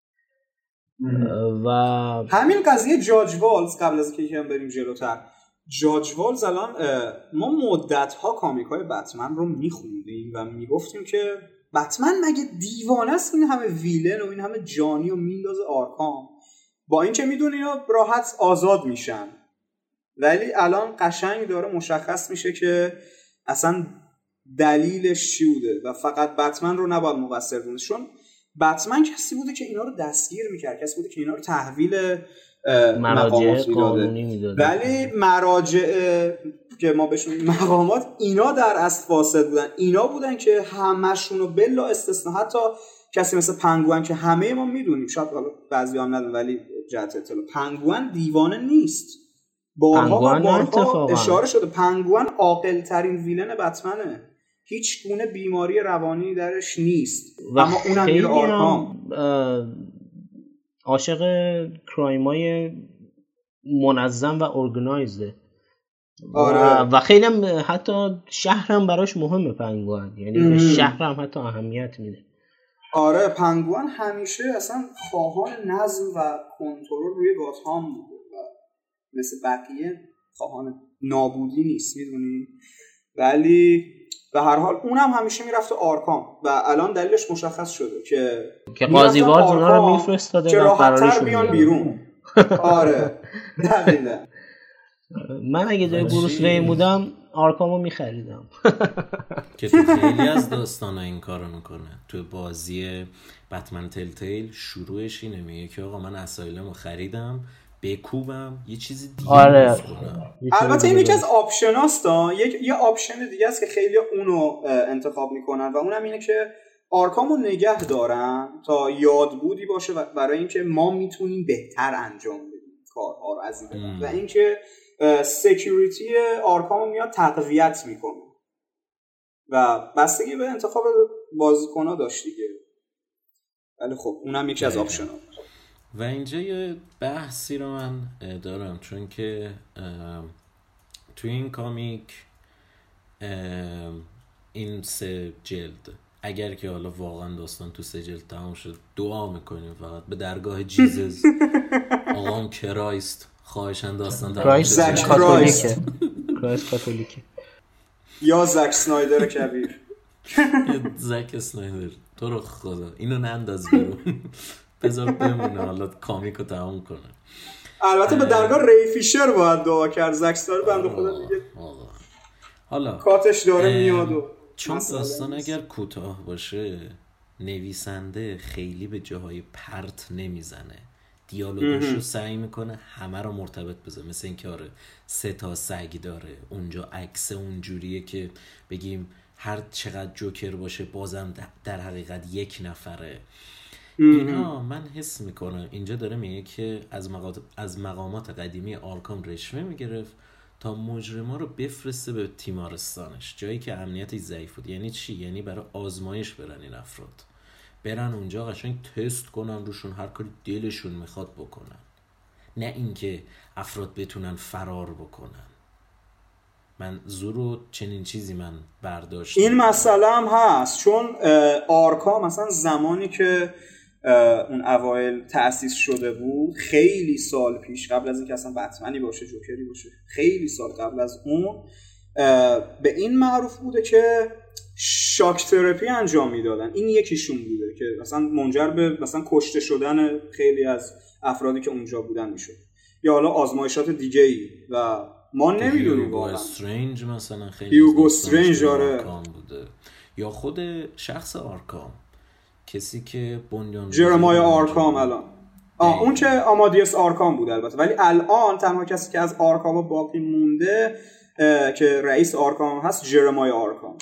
و همین قضیه جاج والز قبل از که هم بریم جلوتر، جاج والز الان ما مدت‌ها کامیک‌های بتمن رو می‌خوندیم و میگفتیم که بتمن مگه دیوانه است این همه ویلن و این همه جانی و میندازه آرکام، با اینکه میدونه اینا راحت آزاد میشن، ولی الان قشنگ داره مشخص میشه که اصلا دلیلش چی بوده و فقط بتمن رو نباید مقصر دونست، چون بتمن کسی بوده که اینا رو دستگیر میکرد، کسی بوده که اینا رو تحویل مقامات میداده، ولی مراجع که ما بهشون مقامات اینا در اصل فاسد بودن، اینا بودن که همشون رو بلا استثناء، حتی کسی مثل پنگوئن که همه ما میدونیم، شاید بعضی‌ها هم ندونن ولی جهت اطلاع، پنگوئن دیوانه نیست، بارها اشاره شده پنگوئن عاقل ترین ویلن بتمنه، هیچ گونه بیماری روانی درش نیست، اما اونم میره آرکام. عاشق کرایمای منظم و ارگنایزده. آره. و خیلی هم حتی شهرم براش مهمه پنگوئن، یعنی شهرم حتی اهمیت میده. آره پنگوئن همیشه اصلا خواهان نظم و کنترل روی گاتهام بوده و مثل بقیه خواهان نابودی نیست، میدونی؟ ولی و هر حال اونم همیشه میرفت آرکام و الان دلیلش مشخص شده که قاضی وارد اونا رو میفرستاده که راحت‌تر بیان بیرون. آره دقیقاً. من اگه جای بروس وین بودم آرکامو میخریدم. که تو خیلی از داستانا این کارو میکنه. تو بازی بتمن تلتیل شروعش اینه، میگه که آقا من اسایلمو خریدم بکوبم یه چیزی دیگه درست کنم. البته این یکی از آپشناستا، یه آپشن دیگه است که خیلی اونو انتخاب میکنن و اونم اینه که آرکامو نگه دارن تا یادبودی باشه برای اینکه ما میتونیم بهتر انجام بدیم کارها رو از این و اینکه سکیوریتی آرکامو میاد تقویت میکنه و بستگی به انتخاب بازیکن‌ها داشت دیگه. ولی خب اونم یکی از آپشن‌ها. و اینجا یه بحثی رو من دارم، چون که توی این کامیک این 3 جلد، اگر که حالا واقعا داستان تو 3 جلد تمام شد، دعا میکنیم فقط به درگاه جیزس آقام کرایست، خواهشن داستان تمام شد. کرایست کاتولیکه یا زک سنایدر کبیر. زک سنایدر تو رو خدا اینو ننداز بیرون، بذار بمونه حالا کامیکو تمام کنه. البته به درگاه ری فیشر باید دعا کرد. زک سنایدر بنده خدا دیگه حالا کاتش داره میاد و چون داستان اگر کوتاه باشه نویسنده خیلی به جاهای پرت نمیزنه، دیالوگاشو سعی میکنه همه رو مرتبط بذاره. مثل این که آره 3 تا سگ داره، اونجا عکس اونجوریه که بگیم هر چقدر جوکر باشه بازم در حقیقت یک نفره. اینا من حس میکنم اینجا داره میگه که از مقامات قدیمی آرکام رشوه میگرفت تا مجرما رو بفرسته به تیمارستانش، جایی که امنیتش ضعیف بود. یعنی چی؟ یعنی برای آزمایش برن این افراد، برن اونجا قشنگ تست کنن روشون، هر کاری دلشون میخواد بکنن، نه اینکه افراد بتونن فرار بکنن. من زورو چنین چیزی من برداشتم. این مسئله هم هست چون آرکام مثلا زمانی که اون اوایل تأسیس شده بود، خیلی سال پیش قبل از اینکه اصلا بتمنی باشه جوکری باشه، خیلی سال قبل از اون به این معروف بوده که شاک تراپی انجام میدادن. این یکیشون بوده که مثلا منجر به مثلا کشته شدن خیلی از افرادی که اونجا بودن میشد، یا حالا آزمایشات دیگه‌ای و ما نمیدونیم واقعا. استرنج مثلا خیلی هیوگو استرنج بوده، یا خود شخص آرکام، کسی که بنیان جرمایا آرکام الان اون که آمادیس آرکام بود البته، ولی الان تنها کسی که از آرکام باقی مونده که رئیس آرکام هست جرمایا آرکام.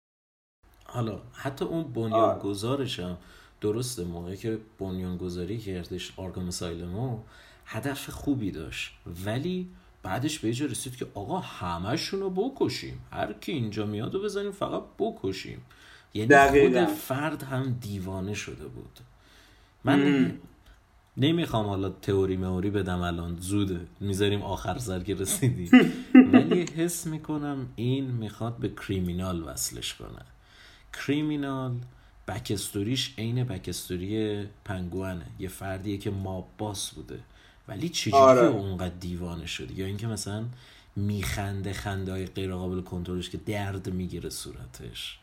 حالا حتی اون بنیانگذارش هم درسته، موقعی که بنیانگذاری کردش آرکام اسایلمو هدف خوبی داشت، ولی بعدش به جا رسید که آقا همشونو بکشیم، هر کی اینجا میاد و بزنیم فقط بکشیم. یعنی خود فرد هم دیوانه شده بود. من نمیخوام حالا تئوری بدم، الان زوده، میذاریم آخر سر که رسیدیم، ولی حس میکنم این میخواد به کریمینال وصلش کنه. کریمینال بکستوریش عین بکستوری پنگوانه، یه فردیه که ماب باس بوده ولی چجوری اونقدر دیوانه شده، یا اینکه مثلا میخنده خنده‌های غیر قابل کنترلش که درد میگیره صورتش.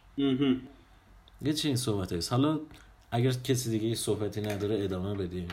یه چه این صحبت هست. حالا اگر کسی دیگه یه صحبتی نداره ادامه بدیم.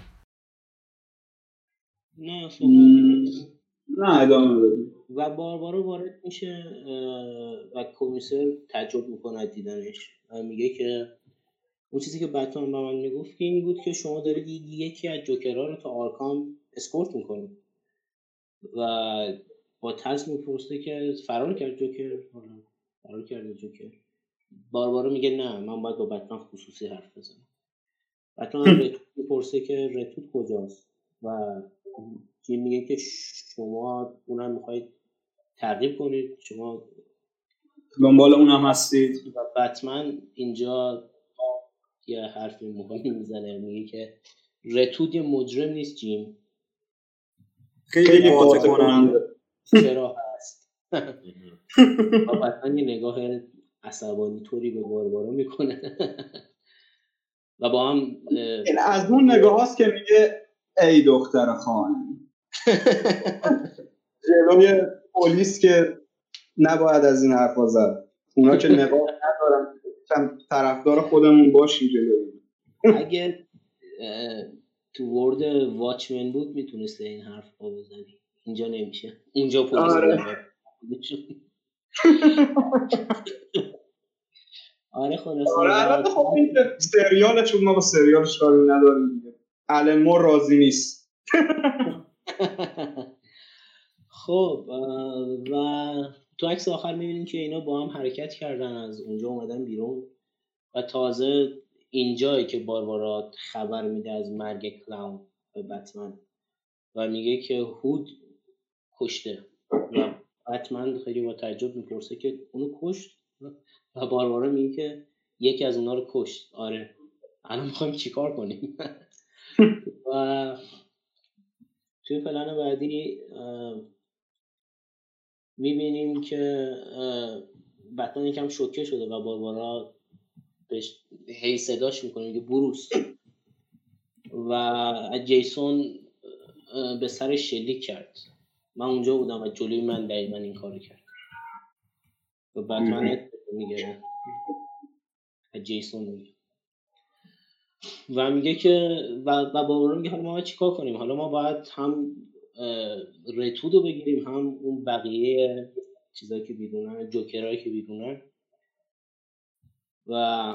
نه ادامه بدیم. و باربارو وارد میشه و کمیسر تعجب میکنه دیدنش، میگه که اون چیزی که بتمن به من میگفت که این بود که شما دارید یکی از جوکرها رو تا آرکام اسکورت میکنید و با ترس میپرسه که فرار کرد جوکر. فرار کرد جوکر. باربارو میگه نه، من باید با بتمن خصوصی حرف بزنم. بتمن رتوت میپرسه که رتوت کجاست و جیم میگه که شما اونم میخواید تعقیب کنید، شما دنبال اونم هستید. و بتمن اینجا یه حرف مهمی میزنه، میگه که رتوت یه مجرم نیست جیم، خیلی قاطع کننده. چرا هست؟ و بتمن یه نگاه عصبانی طوری به باربارو میکنه و با هم این از اون نگاه هاست که میگه ای دختر خانم جلوی پلیس که نباید از این حرفا زد. اونا که نگاه ندارن، طرفدار خودمون باشیم جلوی. اگه تو ورد واچمن بود میتونسته این حرف رو بزنی، اینجا نمیشه، اونجا پلیس آره خلاص. البته خب این سریالشون ما با سریالش کاری نداریم دیگه. الان مور راضی نیست. خب و تو عکس آخر میبینیم که اینا با هم حرکت کردن، از اونجا اومدن بیرون و تازه اینجایی که باربارا خبر میده از مرگ کلاون به بتمن و میگه که هود کشته و بتمن خیلی با تعجب میپرسه که اونو کشت و باربارا میگه که یکی از اونا رو کشت. آره الان میخوایم چیکار کنیم؟ و توی پلن بعدی میبینیم که بتمن یکم شوکه شده و باربارا بهش هی صداش میکنه میگه بروس و جیسون به سرش شلیک کرد. من اونجا بودم و جلوی من دقیقا این کارو کرد و بتمن میگه جیسون میگه و میگه که و باربارا میگه حالا ما چیکار کنیم؟ حالا ما باید هم رتودو بگیریم هم اون بقیه چیزایی که بیرونن، جوکرایی که بیرونن. و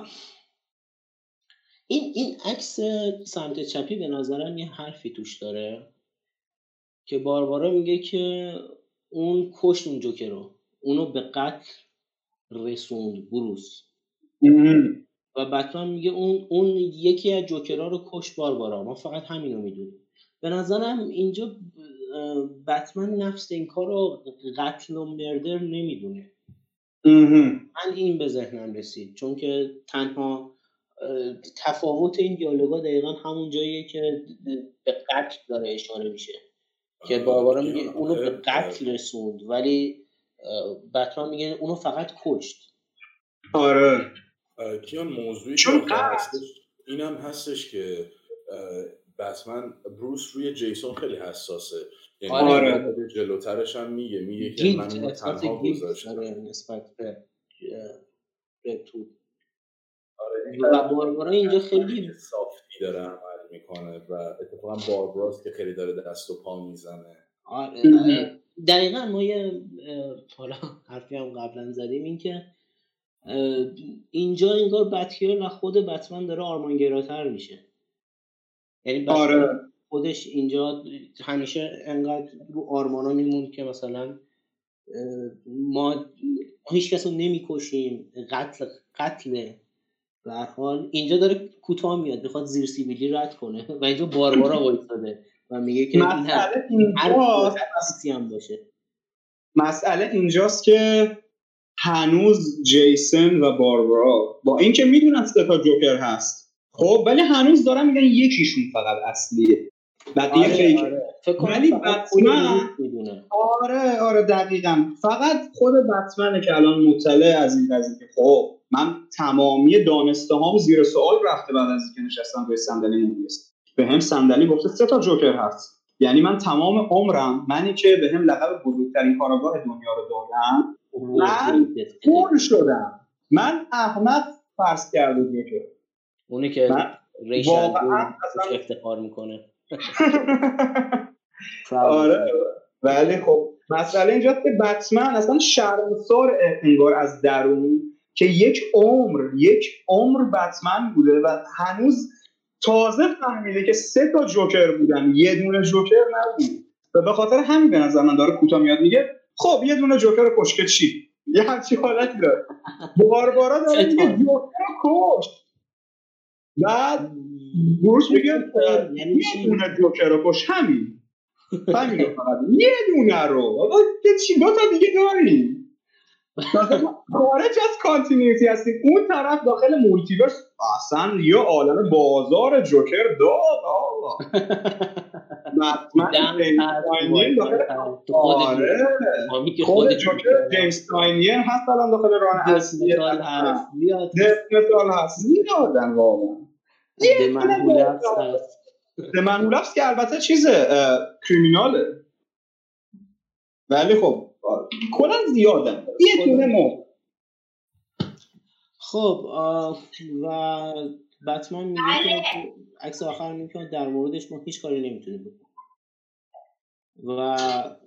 این عکس سمت چپی به نظرم یه حرفی توش داره که باربارا میگه که اون کشت اون جوکر رو، اونو به قتل رسوند بروس و بتمن میگه اون یکی از جوکرها رو کشت باربارا، ما فقط همینو میدونیم. به نظرم اینجا بتمن نفس این کار رو قتل و مردر نمیدونه. من این به ذهنم رسید چون که تنها تفاوت این دیالوگا دقیقا همون جاییه که به قتل داره اشاره میشه که باربارا میگه اونو به قتل رسوند ولی بتمن میگه اونو فقط کشت. آره کیان موضوعی که هستش اینم هستش که بتمن بروس روی جیسون خیلی حساسه، یعنی آره جلوترش هم میگه که من اینو تنها گذاشتم نسبت به رتود. و باربارا اینجا خیلی صافی داره عمل میکنه و اتفاقا بارباراست که خیلی داره دست و پا میزنه. دقیقا ما یه حالا حرفی هم قبلا زدیم این که اینجا انگار بتکیل و خود بتمن داره آرمانگراتر میشه، یعنی آره. خودش اینجا همیشه انقدر رو آرمانا میموند که مثلا ما هیچ کس رو نمیکشیم، قتل به هر حال اینجا داره کوتاه میاد بخواد زیر سیبیلی رد کنه و اینجا باربارا وایساده و میگه که این هم باشه. مسئله اینجاست که هنوز جیسون و باربارا با اینکه میدونن سه تا جوکر هست خب ولی هنوز دارن میگن یکیشون فقط اصلیه بقیه فیک. ولی بتمن آره دقیقاً فقط خود بتمنه که الان مطلع از این قضیه که خب من تمامی دانسته هام زیر سوال رفته بعد از اینکه نشستم روی صندلی مدیریت. به هم صندلی گفته 3 تا جوکر هست، یعنی من تمام عمرم منی که به هم لقب بزرگترین کاراگاه دنیا رو دادم من پول شدم، من احمق فرض کرده جوکر، اونی که ریشل افتخار میکنه. آره ولی خب مسئله اینجاست که بتمن اصلا شرمسار انگار از درون که یک عمر بتمن بوده و هنوز تازه فهمیده که 3 تا جوکر بودن، یه دونه جوکر نبود و به خاطر همین به نظر من داره کوتاه میاد میگه خب یه دونه جوکر کشکه چی؟ یه همچین حالتی داره. باربارا داره میگه جوکر کش، بعد بروس میگه یه دونه جوکر رو کش، همین رو فقط یه دونه رو چی 2 تا دیگه داریم خارج از کانتینیوتی هستیم. اون طرف داخل مولتیورس اصلا یه عالم بازار جوکر داد آقا. من خود جوکر جیمز تاینیر هست الان داخل ران اصلی مثال هست زیادن واقعا. دمنهولفس که البته چیزه کریمیناله ولی خب کلا زیادن. یه تونه خب و بتمن میگه که عکس آخر میگه که در موردش ما هیچ کاری نمیتونیم بکنیم و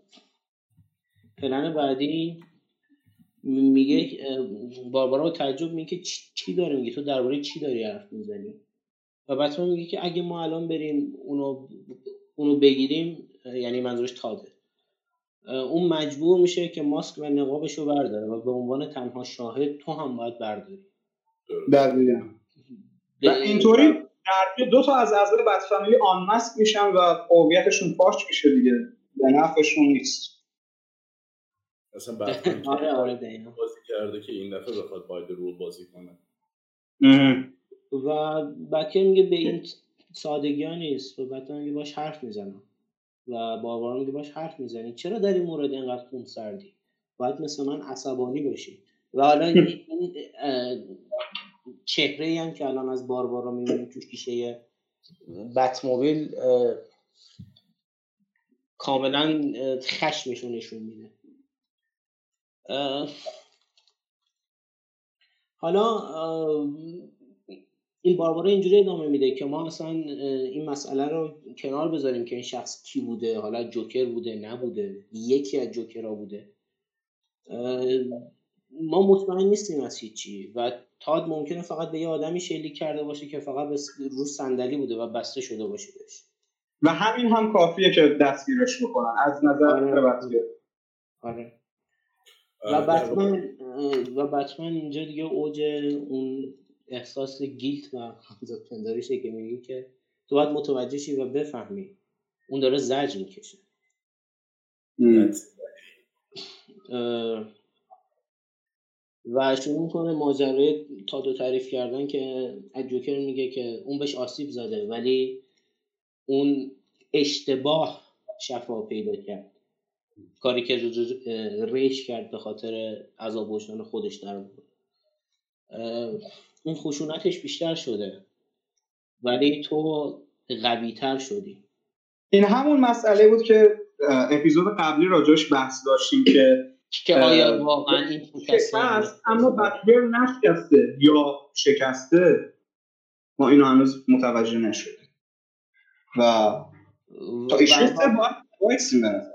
پلن بعدی میگه باربارا با تعجب میگه چی داره میگه، تو درباره چی داری حرف میزنی؟ و بتمن میگه که اگه ما الان بریم اونو بگیریم، یعنی منظورش تاده، اون مجبور میشه که ماسک و نقابشو برداره و به عنوان تنها شاهد تو هم باید برداری. دقیقاً. و اینطوری در دو تا از اعضای بتفامیلی آن ماسک میشن و هویتشون فاش میشه دیگه، به نفعشون نیست. اصلا بتمن آره دیگه بازی کرده که این دفعه بخواد باید رول بازی کنه. و بکر میگه به این سادگی ها نیست و بتمن میگه باش حرف میزنم و باربارا میگه باش حرف میزنی، چرا در این مورد اینقدر خونسردی؟ باید مثل من عصبانی باشی. و حالا این چهره‌ای هم که الان از باربارا میبینیم تو شیشه بتموبیل کاملا خشمشو نشون میده. حالا این باربارا اینجوری ادامه میده که ما اصلا این مسئله رو کنار بذاریم که این شخص کی بوده، حالا جوکر بوده نبوده، یکی از جوکرها بوده، ما مطمئن نیستیم از هیچی و تاد ممکنه فقط به یه آدمی شلیک کرده باشه که فقط رو صندلی بوده و بسته شده باشه بهش و همین هم کافیه که دستگیرش بکنن از نظر بتمن. آره. و بتمن اینجا دیگه اوج اون احساس گیلت و همزاد پنداریشه که میگه که تو باید متوجه شی و بفهمی اون داره زجر میکشه. و شروع میکنه ماجرای تادو تعریف کردن که جوکر میگه که اون بهش آسیب زده ولی اون اشتباه شفا پیدا کرد، کاری که ریش کرد به خاطر عذاب وجدان خودش در بود، اون خشونتش بیشتر شده ولی تو قوی تر شدی. این همون مسئله بود که اپیزود قبلی راجعش بحث داشتیم که آیا واقعا این شکست اما بتمن نشکسته یا شکسته، ما اینو هنوز متوجه نشدیم و تا ایشون وایسیم برد.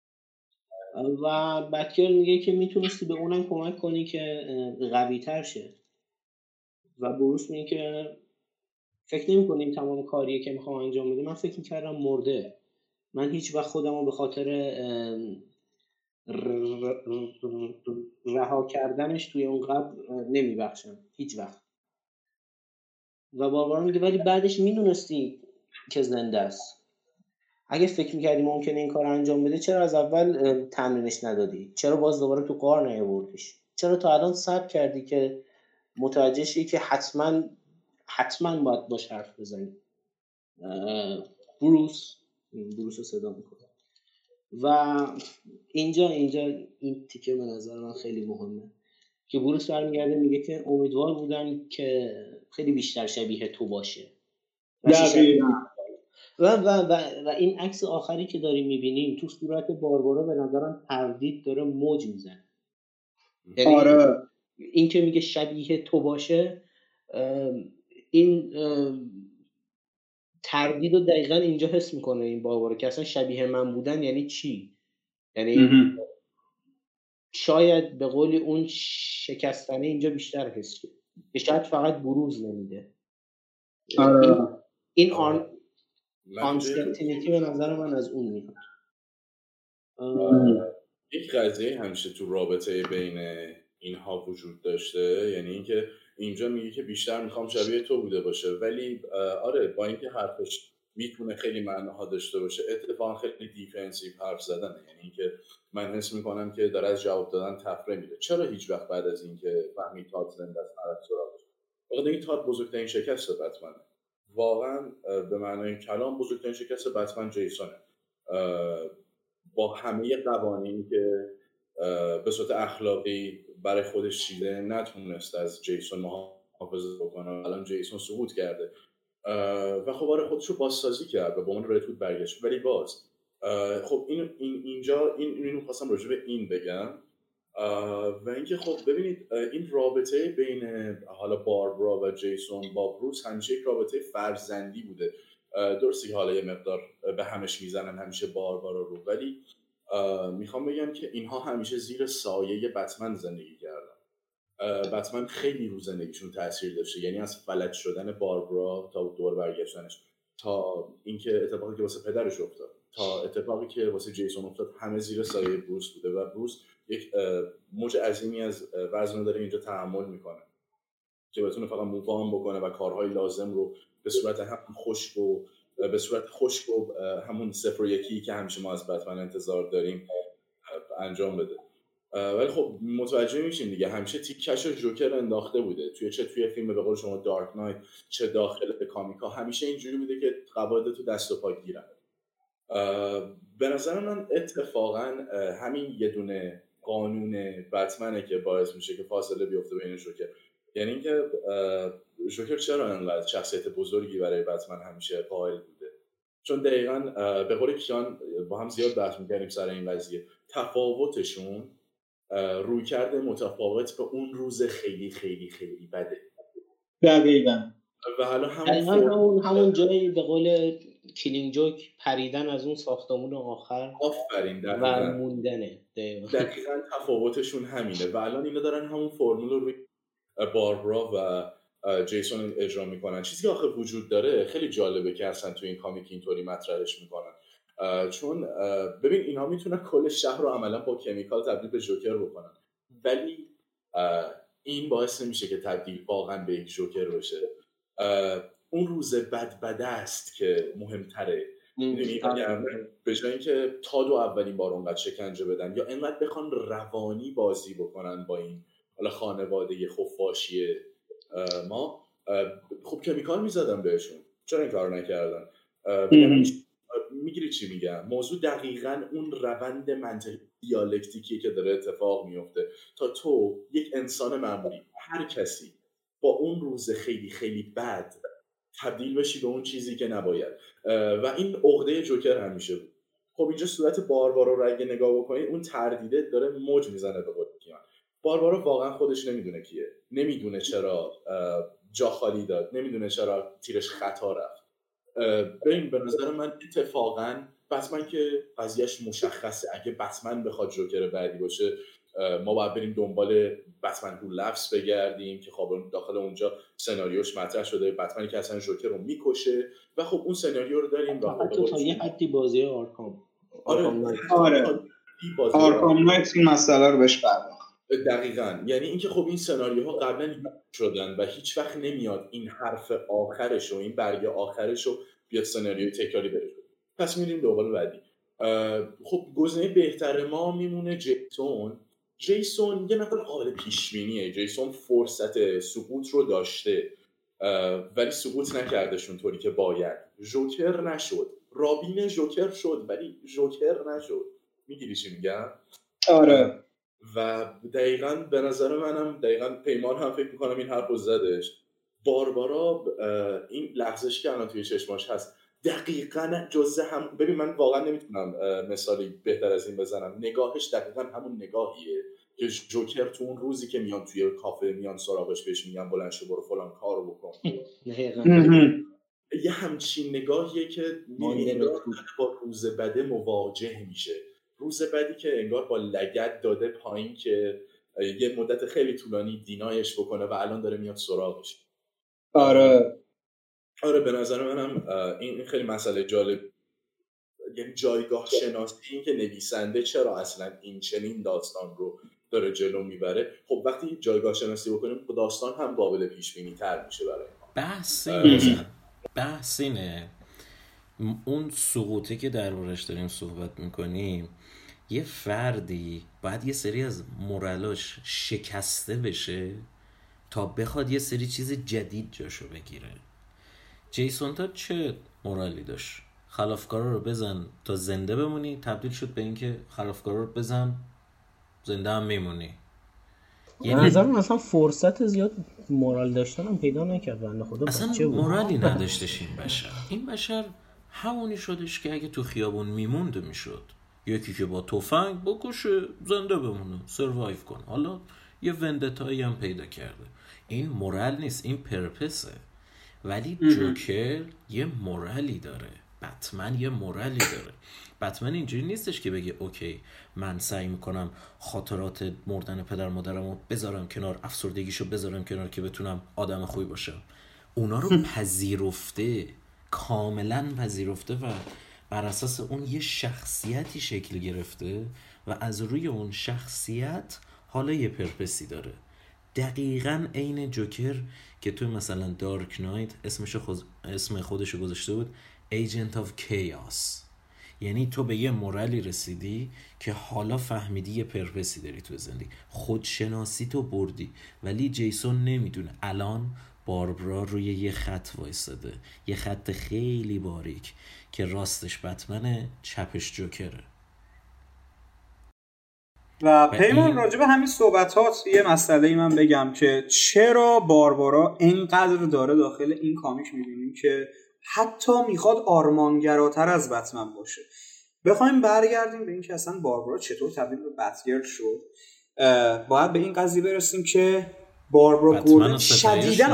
و بتکر میگه که میتونستی به اونم کمک کنی که قوی تر شه و بروس میگه که فکر نمی کنیم تمام کاریه که میخوام انجام بده، من فکر میکردم مرده، من هیچ وقت خودم رو به خاطر رها کردنش توی اون قبر نمیبخشم هیچ وقت. و باربارا میگه ولی بعدش میدونستی که زنده است، اگه فکر میکردی ممکنه این کار انجام بده چرا از اول تمرینش ندادی؟ چرا باز دوباره تو غار نیاوردیش؟ چرا تا الان صبر کردی که متوجه شی که حتما باید باش حرف بزنی؟ بروس رو صدا میکنه و اینجا این تیکه به نظر من خیلی مهمه که بروس برمیگرده میگه که امیدوار بودن که خیلی بیشتر شبیه تو باشه و این عکس آخری که داریم میبینیم تو صورت باربارا به نظرم تردید داره موج میزنه. آره. این که میگه شبیه تو باشه، این تردید رو دقیقا اینجا حس میکنه این باربارا که اصلا شبیه من بودن یعنی چی؟ یعنی شاید به قول اون شکستنه اینجا بیشتر حس کنه که شاید فقط بروز نمیده. این آنسرتینیتی به نظر من از اون میاد. یک قضیه همیشه تو رابطه بین اینها وجود داشته، یعنی اینکه اینجا میگه که بیشتر میخوام شبیه تو بوده باشه، ولی آره با اینکه حرفش میتونه خیلی معناها داشته باشه، اتفاقا خیلی دیفنسیو حرف زدنه، یعنی اینکه من حس میکنم که داره از جواب دادن تفره میره. چرا هیچ وقت بعد از اینکه فهمید تاد زنده است نرفت سراغش؟ واقعا این تاد بزرگترین شکست بتمنه، واقعا به معنای کلام بزرگترین شکست بتمن جیسونه. با همه قوانینی که به صورت اخلاقی برای خودش چیده نتونست از جیسون محافظت بکنه. الان جیسون سقوط کرده و خب آره خودش رو بازسازی کرد و با اون رتود برگشت، ولی باز خب اینجا اینو خواستم راجع به این بگم و اینکه خب ببینید این رابطه بین حالا باربرا و جیسون با بروس همیشه یک رابطه فرزندی بوده. درسته که حالا یه مقدار به همش میزنن همیشه باربرا رو، ولی میخوام بگم که اینها همیشه زیر سایه بتمن زندگی کردن. بتمن خیلی رو زندگیشون تاثیر داشته، یعنی از فلج شدن باربرا تا دور برگشتنش، تا اینکه اتفاقی که واسه پدرش افتاد، تا اتفاقی که واسه جیسون افتاد، همه زیر سایه بروس بوده و بروس یک موج عظیمی از وزن داره اینجا تحمل میکنه که بتونه فقط مووان بکنه و کارهای لازم رو به صورت همون خشک و همون 0 و 1 که همیشه ما از بتمن انتظار داریم انجام بده. ولی خب متوجه میشین دیگه همیشه تیکش جوکر انداخته بوده توی فیلم به قول شما دارک نایت، چه داخل کامیکا، همیشه اینجوری بوده که قواعد تو دست و پا گیرن. به نظر من اتفاقا همین یه دونه قانون بتمنه که باعث میشه که فاصله بیفته بین جوکر. یعنی اینکه جوکر چرا انقدر شخصیت بزرگی برای بتمن همیشه قائل بوده، چون دقیقاً به قول کیان با هم زیاد بحث می‌کردیم سر این قضیه، تفاوتشون رویکرد متفاوت به اون روز خیلی خیلی خیلی بده. دقیقاً. و حالا همون جایی به قول کلینگ جوک پریدن از اون ساختمون آخر. آفرین، و موندنه. دقیقاً تفاوتشون همینه و الان اینا دارن همون فرمول رو روی باربرا و جیسون اجرا میکنن. چیزی که آخه وجود داره خیلی جالبه که اصلا تو این کامیک اینطوری مطرحش میکنن، چون ببین اینا میتونن کل شهر رو عملا با کمیکال تبدیل به جوکر بکنن، ولی این باعث نمیشه که تبدیل واقعا به یک جوکر بشه. اون روز بد است که مهمتره. میدونی به جای اینکه تا دو اولین بار اونقدر شکنجه بدن یا اینقدر بخوان روانی بازی بکنن با این حالا خانواده خفاشی ما، خب کمیکال میزدن بهشون، چرا این کار نکردن؟ میگیری چی میگم؟ موضوع دقیقاً اون روند منطقی دیالکتیکی که داره اتفاق میفته تا تو یک انسان معمولی، هر کسی با اون روز خیلی خیلی بد تبدیل بشی به اون چیزی که نباید. و این عقده جوکر همیشه بود. خب اینجا صورت باربارا رو اگه نگاه بکنید اون تردیده داره موج میزنه به قول کیان. باربارا واقعا خودش نمیدونه کیه، نمیدونه چرا جا خالی داد، نمیدونه چرا تیرش خطا رفت. ببین به نظر من اتفاقا بتمن که قضیهش مشخصه، اگه بتمن بخواد جوکر بعدی باشه ما باید بریم دنبال بتمن رو لفظ بگردیم که خب داخل اونجا سناریوش مطرح شده، بتمنی که اصلا جوکر رو میکشه و خب اون سناریو رو داریم و خب تا یه حدی بازی آرکام. آرکام نایت این مسئله رو بهش پرداخت. دقیقاً، یعنی اینکه خب این سناریوها قبلا شدن و هیچ وقت نمیاد این حرف آخرش و این برگ آخرش رو بیاد سناریوی تکراری بره، پس میریم دوباره بعدی. خب گزینه بهتر ما میمونه جیسون یه مقدار قابل پیش بینیه. جیسون فرصت سقوط رو داشته ولی سقوط نکردش اونطوری که باید. جوکر نشد، رابین جوکر شد ولی جوکر نشد. میگیری چی میگم؟ آره. و دقیقاً به نظر منم دقیقاً پیمان هم فکر میکنم این حرف رو زدش. باربارا این لحظش که الان توی چشماش هست دقیقاً جزء هم، ببین من واقعا نمیتونم مثالی بهتر از این بزنم، نگاهش دقیقاً همون نگاهیه که جوکر تو اون روزی که میان توی کافه میان سراغش بهش میگن بلند شو برو فلان کارو بکن، یه همچین نگاهیه که با روز بده مواجه میشه. روز بعدی که انگار با لگد داده پایین که یه مدت خیلی طولانی دینایش بکنه و الان داره میاد سراغش. آره به نظر منم این خیلی مسئله جالب، یعنی جایگاه شناسی، این که نویسنده چرا اصلا این چنین داستان رو داره جلو میبره. خب وقتی جایگاه شناسی بکنیم داستان هم قابل پیش بینی تر میشه برای ما. بحث اینه اون سقوطی که دربارش داریم صحبت میکنیم، یه فردی باید یه سری از مورالاش شکسته بشه تا بخواد یه سری چیز جدید جاشو بگیره. جیسون تا چه مورالی داشت؟ خلافکارا رو بزن تا زنده بمونی، تبدیل شد به اینکه خلافکارا رو بزن زنده هم میمونی. یعنی نظرم اصلا فرصت زیاد مورال داشتن هم پیدا نکرد بنده خدا. اصلا مورالی نداشتش این بشر همونی شدش که اگه تو خیابون میموند میشد. یکی که با تفنگ بکشه زنده بمونه، سروایو کنه. حالا یه وندتایی هم پیدا کرده. این مورال نیست، این پرپسه. ولی جوکر یه مورالی داره، بتمن یه مورالی داره. بتمن اینجوری نیستش که بگه اوکی من سعی میکنم خاطرات مردن پدر مادرمو بذارم کنار، افسردگیشو بذارم کنار که بتونم آدم خوبی باشم. اونا رو پذیرفته، کاملا پذیرفته و بر اساس اون یه شخصیتی شکل گرفته و از روی اون شخصیت حالا یه پرپسی داره. دقیقاً عین جوکر که تو مثلا دارک نایت اسم خودشو گذاشته بود ایجنت آف کیاس. یعنی تو به یه مورالی رسیدی که حالا فهمیدی یه پرپسی داری تو زندگی، خودشناسی تو بردی. ولی جیسون نمیدونه الان باربرا روی یه خط وایساده، یه خط خیلی باریک که راستش بتمنه، چپش جوکره. و پیمان راجع به همین صحبتات یه مسئله ای من بگم که چرا باربارا اینقدر داره داخل این کامیک میبینیم که حتی میخواد آرمانگراتر از بتمن باشه. بخوایم برگردیم به این که اصلا باربارا چطور تبدیل به بتگرل شد، باید به این قضیه برسیم که باربارا گوردن شدیداً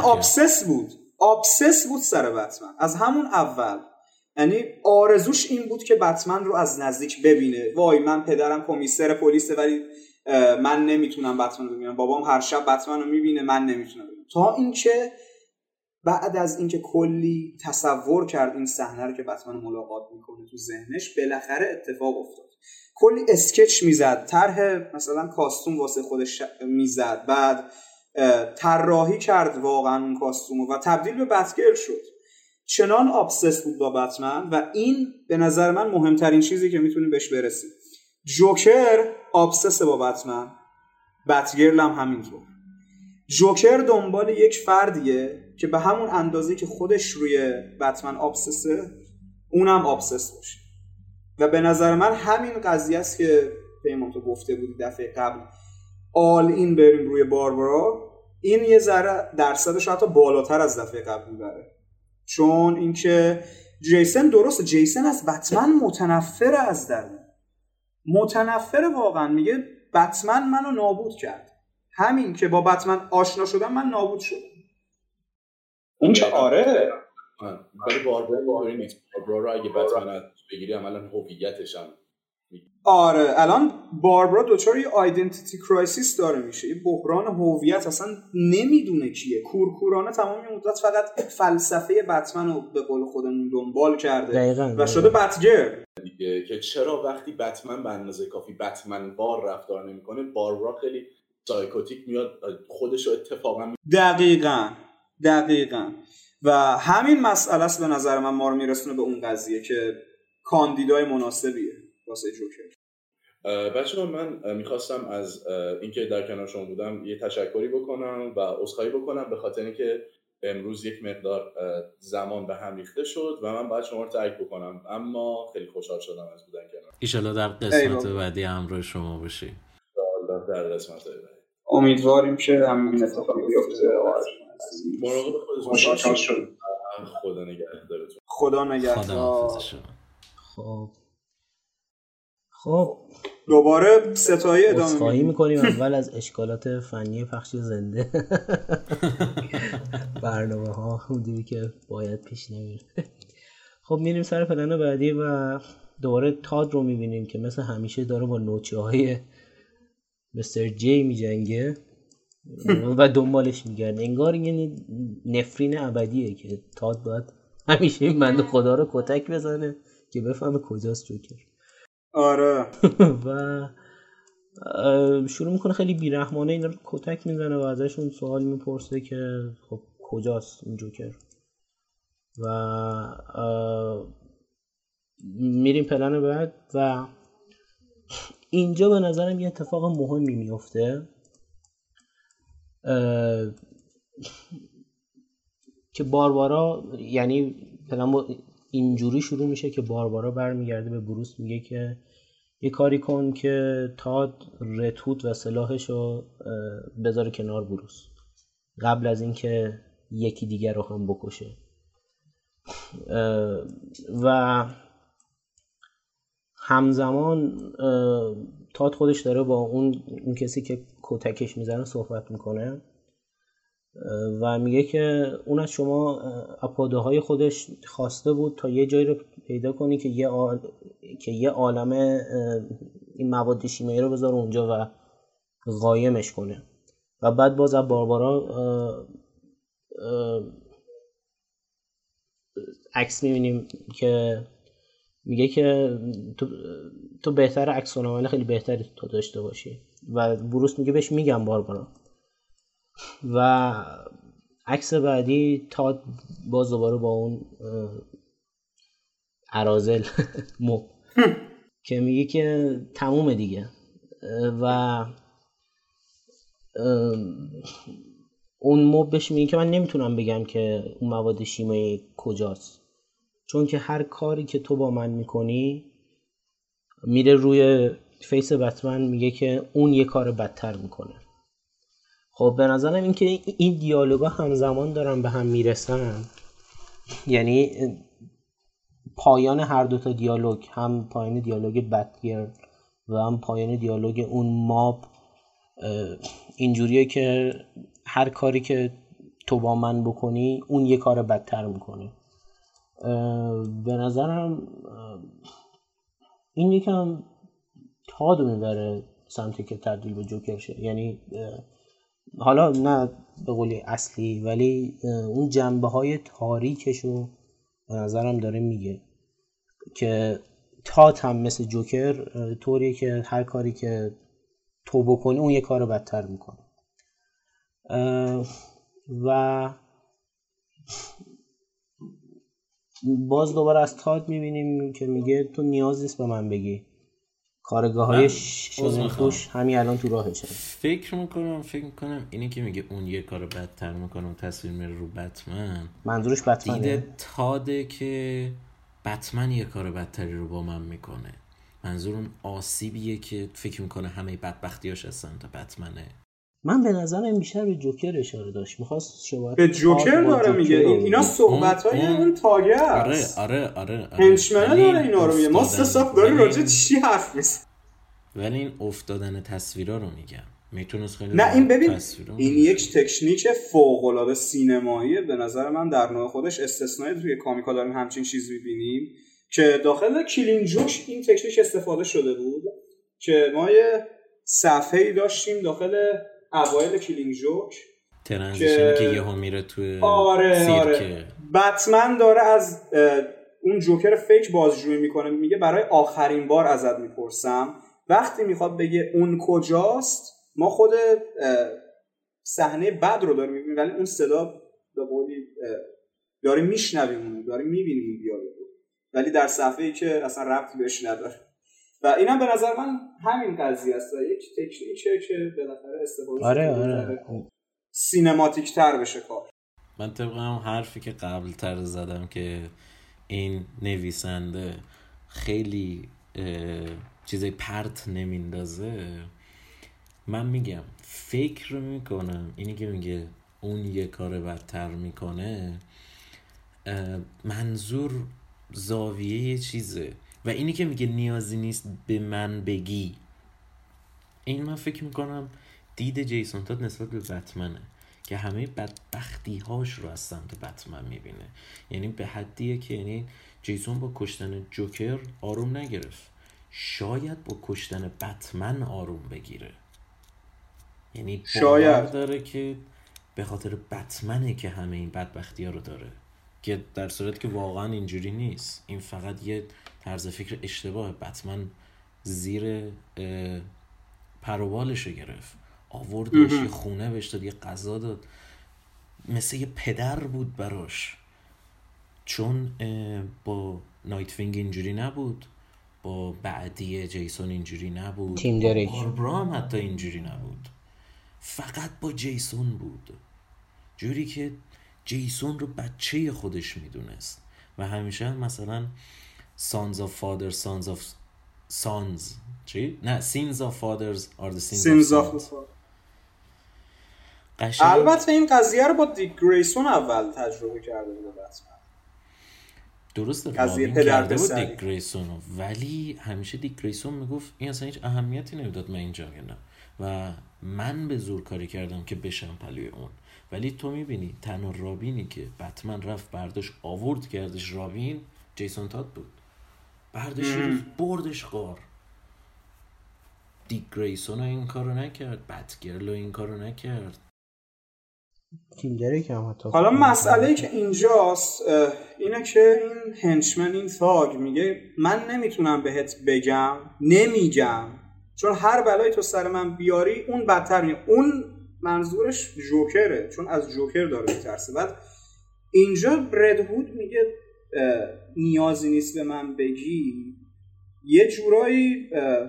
آبسس بود سر بتمن از همون اول. یعنی آرزوش این بود که بتمن رو از نزدیک ببینه. وای من پدرم کمیسر پلیسه ولی من نمیتونم بتمن رو ببینم، بابام هر شب بتمن رو میبینه من نمیتونم ببینم. تا اینکه بعد از اینکه کلی تصور کرد این صحنه رو که بتمن ملاقات میکنه تو ذهنش، بالاخره اتفاق افتاد. کلی اسکچ میزد، طرح مثلا کاستوم واسه خودش میزد، بعد طراحی کرد واقعا اون کاستومو و تبدیل به بتگرل شد. چنان آبسس بود با بتمن و این به نظر من مهمترین چیزی که میتونیم بهش برسیم. جوکر آبسس با بتمن، بتگرل هم همینطور. جوکر دنبال یک فردیه که به همون اندازه که خودش روی بتمن آبسسه اونم آبسس باشه و به نظر من همین قضیه است که پیمان تو گفته بودی دفعه قبل آل این بریم روی باربارا، این یه ذره درصدش حتی بالاتر از دفعه قبل میبره. چون اینکه جیسن درسته، جیسن از بتمن متنفره، از درون متنفره، واقعا میگه بتمن منو نابود کرد، همین که با بتمن آشنا شدم من نابود شدم. اون که آره ولی باربارا نیست. باربارا اگه بتمن بگیری عملا هویتش هم آره. الان باربارا دوچار یه آیدنتیتی کرایسیس داره میشه، یه بحران هویت، اصلا نمیدونه کیه. کورکورانه تمام مدت فقط فلسفه بتمن رو به قول خودمون دنبال کرده دقیقاً. و شده بتگرل دیگه. که چرا وقتی بتمن به اندازه کافی بتمن بار رفتار نمیکنه، باربارا خیلی سایکوتیک میاد خودش رو اتفاقا دقیقاً و همین مسئله است به نظر من ما رو میرسونه به اون قضیه که کاندیدای مناسبیه واسه جوکر. بچه‌ها من میخواستم از اینکه در کنار شما بودم یه تشکری بکنم و عذرخواهی بکنم به خاطر اینکه امروز یک مقدار زمان به هم ریخته شد و من باید شما رو ترک بکنم، اما خیلی خوشحال شدم از بودن کنار. ایشالله در قسمت بعدی همراه شما باشیم. انشالله در قسمت بعدی. امیدواریم که همین اتفاق بیفته. مراقب خودتون باشید. خدا نگهدارتون. خدا نگهدار. خب دوباره ستایی ادامه خواهی میکنیم اول از اشکالات فنی پخش زنده برنامه ها اونجوری که باید پیش نمیره. خب میریم سر پلن بعدی و دوباره تاد رو میبینیم که مثل همیشه داره با نوچه های مستر جی میجنگه و دنبالش میگرده. انگار یه نفرین ابدیه که تاد باید همیشه این بنده خدا رو کتک بزنه که بفهمه کجاست جوکر. آره و شروع میکنه خیلی بیرحمانه اینا رو کتک میزنه و ازشون سوال میپرسه که خب کجاست این جوکر. و میریم پلن بعد و اینجا به نظرم یه اتفاق مهمی میفته که باربارا، یعنی پلن اینجوری شروع میشه که باربارا برمیگرده به بروس میگه که یه کاری کن که تاد رتوت و سلاحشو بذاره کنار بروس قبل از اینکه یکی دیگر رو هم بکشه. و همزمان تاد خودش داره با اون کسی که کتکش میزنه صحبت میکنه و میگه که اون از شما اپاده های خودش خواسته بود تا یه جایی رو پیدا کنی که یه عالمه این مواد شیمیایی رو بذاره اونجا و قایمش کنه. و بعد باز از باربارا عکس میبینیم که میگه که تو بهتر عکس و نمایش خیلی بهتری تو داشته باشی و بروس میگه بهش میگم باربارا. و عکس بعدی تاد باز دوباره با اون اراذل که میگه که تمومه دیگه و اون موبش میگه که من نمیتونم بگم که اون مواد شیمیایی کجاست، چون که هر کاری که تو با من میکنی میره روی فیس بتمن میگه که اون یه کار بدتر میکنه. خب به نظرم این که این دیالوگا همزمان دارن به هم میرسن، یعنی پایان هر دوتا دیالوگ، هم پایان دیالوگ بتگرل و هم پایان دیالوگ اون ماب اینجوریه که هر کاری که تو با من بکنی اون یه کار بدتر میکنه. به نظرم این یکم تادو میبره سمتی که تبدیل به جوکر شه، یعنی حالا نه به قولی اصلی ولی اون جنبه های تاریکشو به نظرم داره میگه که تاد هم مثل جوکر طوریه که هر کاری که تو بکنی اون یه کار بدتر میکنه. و باز دوباره از تاد میبینیم که میگه تو نیاز نیست به من بگی، کارگاه‌های شنفوش همین الان تو راهشه. فکر میکنم اینی که میگه اون یه کار بدتر میکنه و تصویر میره رو بتمن، منظورش بتمنه. دیده تاده که بتمن یه کار بدتری رو با من میکنه. منظور اون آسیبیه که فکر میکنه همه بدبختیاش از سمت بتمنه. من به نظرم بیشتر به جوکر اشاره داشت، میخواست شباهت به جوکر داره میگه. اینا صحبت‌های اون تاگه است. آره هنچمنه داره اینا رو میگه. ما سه صف داریم راجع چی حرف میزنیم، ولی این افتادن تصویرا رو میگم. میتونست خیلی نه این ببین این یک تکنیک فوق‌العاده سینماییه به نظر من در نوع خودش. استثنایی توی کامیکا داریم همچین چیز می‌بینیم که داخل کلینگ جوک این تکنیک استفاده شده بود که ما یه صفحه‌ای داشتیم داخل اوایل کلینگ جوک ترانزیشنی که یهو میره توی آره. بتمن داره از اون جوکر فیک بازجویی میکنه، میگه برای آخرین بار ازت میپرسم. وقتی میخواد بگه اون کجاست ما خود صحنه بعد رو داریم میبینیم، ولی اون صدا به قولی داریم میشنویم اونو، داریم میبینیم اون دیالوگو، ولی در صفحه‌ای که اصلا ربطی بهش نداره. و اینم به نظر من همین قضیه است، یک تکنیکه که بالاخره استفاده آره. سینماتیک تر بشه کار. من طبق هم حرفی که قبل تر زدم که این نویسنده خیلی چیزای پرت نمیندازه، من میگم فکر میکنم اینی که میگه اون یه کار بدتر میکنه منظور زاویه یه چیزه و اینی که میگه نیازی نیست به من بگی، این من فکر میکنم دید جیسون تاد نسبت به بتمنه که همه بدبختی هاش رو از سمت بتمن میبینه. یعنی به حدیه که یعنی جیسون با کشتن جوکر آروم نگرفت، شاید با کشتن بتمن آروم بگیره. یعنی باور داره که به خاطر بتمنه که همه این بدبختی ها رو داره، که در صورت که واقعا اینجوری نیست. این فقط یه طرز فکر اشتباه. بتمن زیر پروبالش رو گرفت، آوردش یه خونه بهش داد، یه غذا داد، مثل یه پدر بود براش. چون با نایت وینگ اینجوری نبود، با بعدی جیسون اینجوری نبود، با باربرا هم حتی اینجوری نبود، فقط با جیسون بود، جوری که جیسون رو بچه خودش میدونست. و همیشه مثلا sons of fathers sons of sons چی؟ نه sins of fathers are the sins of sons. البته این قضیه رو با دیک گریسون اول تجربه کرده بود بتمن. درسته رابین کرده بود دیک گریسونو، ولی همیشه دیک گریسون میگفت این اصلا هیچ اهمیتی نمیداد من اینجا نه و من به زور کاری کردم که بشم پلوی اون. ولی تو میبینی تنها رابینی که بتمن رفت برداشت آورد کردش رابین جیسون تاد بود، برداشت بردش غار. دیک گریسون این کارو نکرد، بتگرل این کارو نکرد، کینگری که هم حتی. حالا مسئله‌ای که اینجاست اینه که این هنچمن، این ثاگ میگه من نمیتونم بهت بگم، نمیگم، چون هر بلایی تو سر من بیاری اون بدتر میشه. اون منظورش جوکره، چون از جوکر داره میترسه. بعد اینجا رد هود میگه نیازی نیست به من بگی، یه جورایی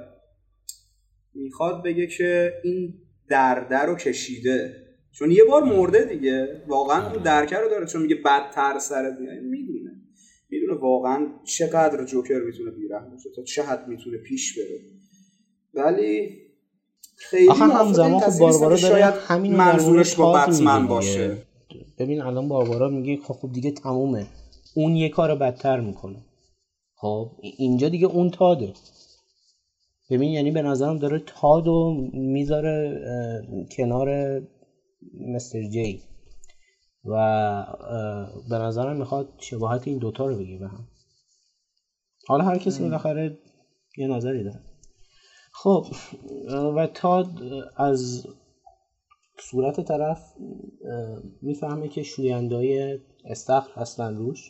میخواد بگه که این درده رو کشیده، چون یه بار مرده دیگه، واقعا اون درکه رو داره، چون میگه بدتر سرت میاد. میدونه واقعا چقدر جوکر میتونه بیرحم باشه، تا چه حد میتونه پیش بره. ولی خیلی همزمان خب باربارا شاید همین منظورش با بتمن باشه. ببین الان باربارا میگه خب دیگه تمومه، اون یه کار بدتر میکنه. خب اینجا دیگه اون تاده. ببین یعنی به نظرم داره تادو میذاره کنار مستر جی و به نظرم میخواد شباهت این دوتا رو بگی به هم. حالا هر کسی بالاخره یه نظری داره. خب و تاد از صورت طرف میفهمه که شویندهای استخر هستن روش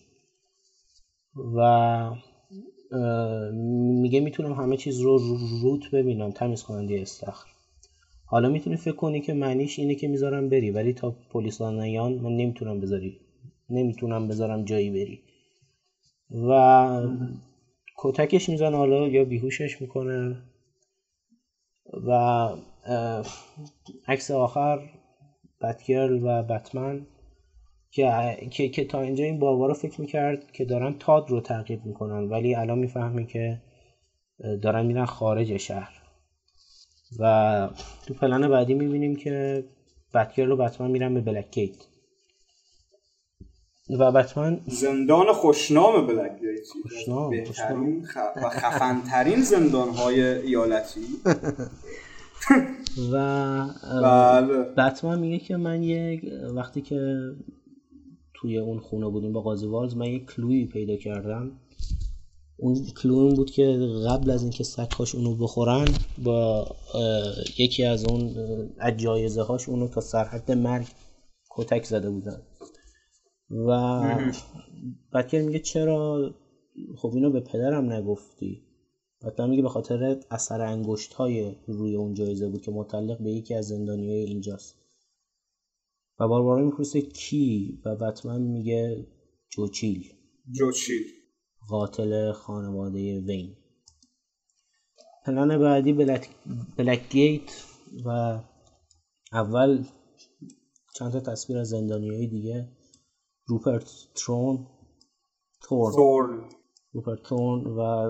و میگه میتونم همه چیز رو روت ببینم، تمیز کننده استخر. حالا میتونی فکر کنی که معنیش اینه که میذارم بری، ولی تا پلیسا نیان من نمیتونم بذارم جایی بری. و کتکش میزنه حالا یا بیهوشش میکنه. و عکس آخر بتگرل و بتمن که تا اینجا این باربارا فکر میکرد که دارن تاد رو تعقیب میکنن، ولی الان میفهمی که دارن میرن خارج شهر. و تو پلن بعدی میبینیم که بتگرل و بتمن میرن به بلک گیت و بتمن زندان خوشنام بلک گیت، بهترین و خفن‌ترین زندان‌های ایالتی. و بتمن میگه که من وقتی که توی اون خونه بودیم با قاضی والز من یک کلویی پیدا کردم. اون کلو این بود که قبل از اینکه سگ‌هاش اونو بخورن با یکی از اون جایزه هاش اونو تا سرحد مرگ کتک زده بودن. و بتگرل میگه چرا خب اینو به پدرم نگفتی؟ بعد میگه به خاطر اثر انگشت‌های روی اون جایزه بود که متعلق به یکی از زندانیای اینجاست. و باربارا میپرسه کی؟ و بتمن میگه جوچیل، قاتل خانواده وین. پلن بعدی بلک گیت و اول چند تا تصویر از زندانیای دیگه. روپرت تورن و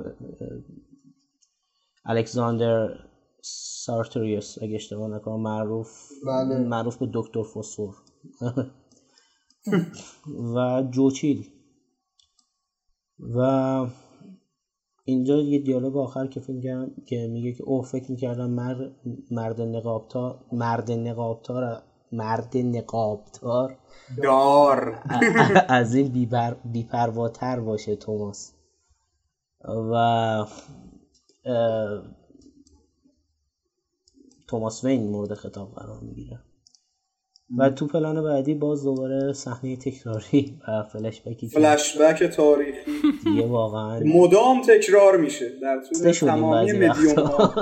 الکساندر سارتوریوس اگه اشتباه نکنم، معروف به دکتر فسفور و جوچیل. و اینجا یه دیالوگ آخر که میگه که فکر میکردم مرد نقابدار از این بی‌پرواتر باشه توماس. و توماس وین مورد خطاب قرار میگیره. و تو پلان بعدی باز دوباره صحنه تکراری و فلشبک تاریخی دیگه واقعا مدام تکرار میشه در طول تمامی مدیوم ها.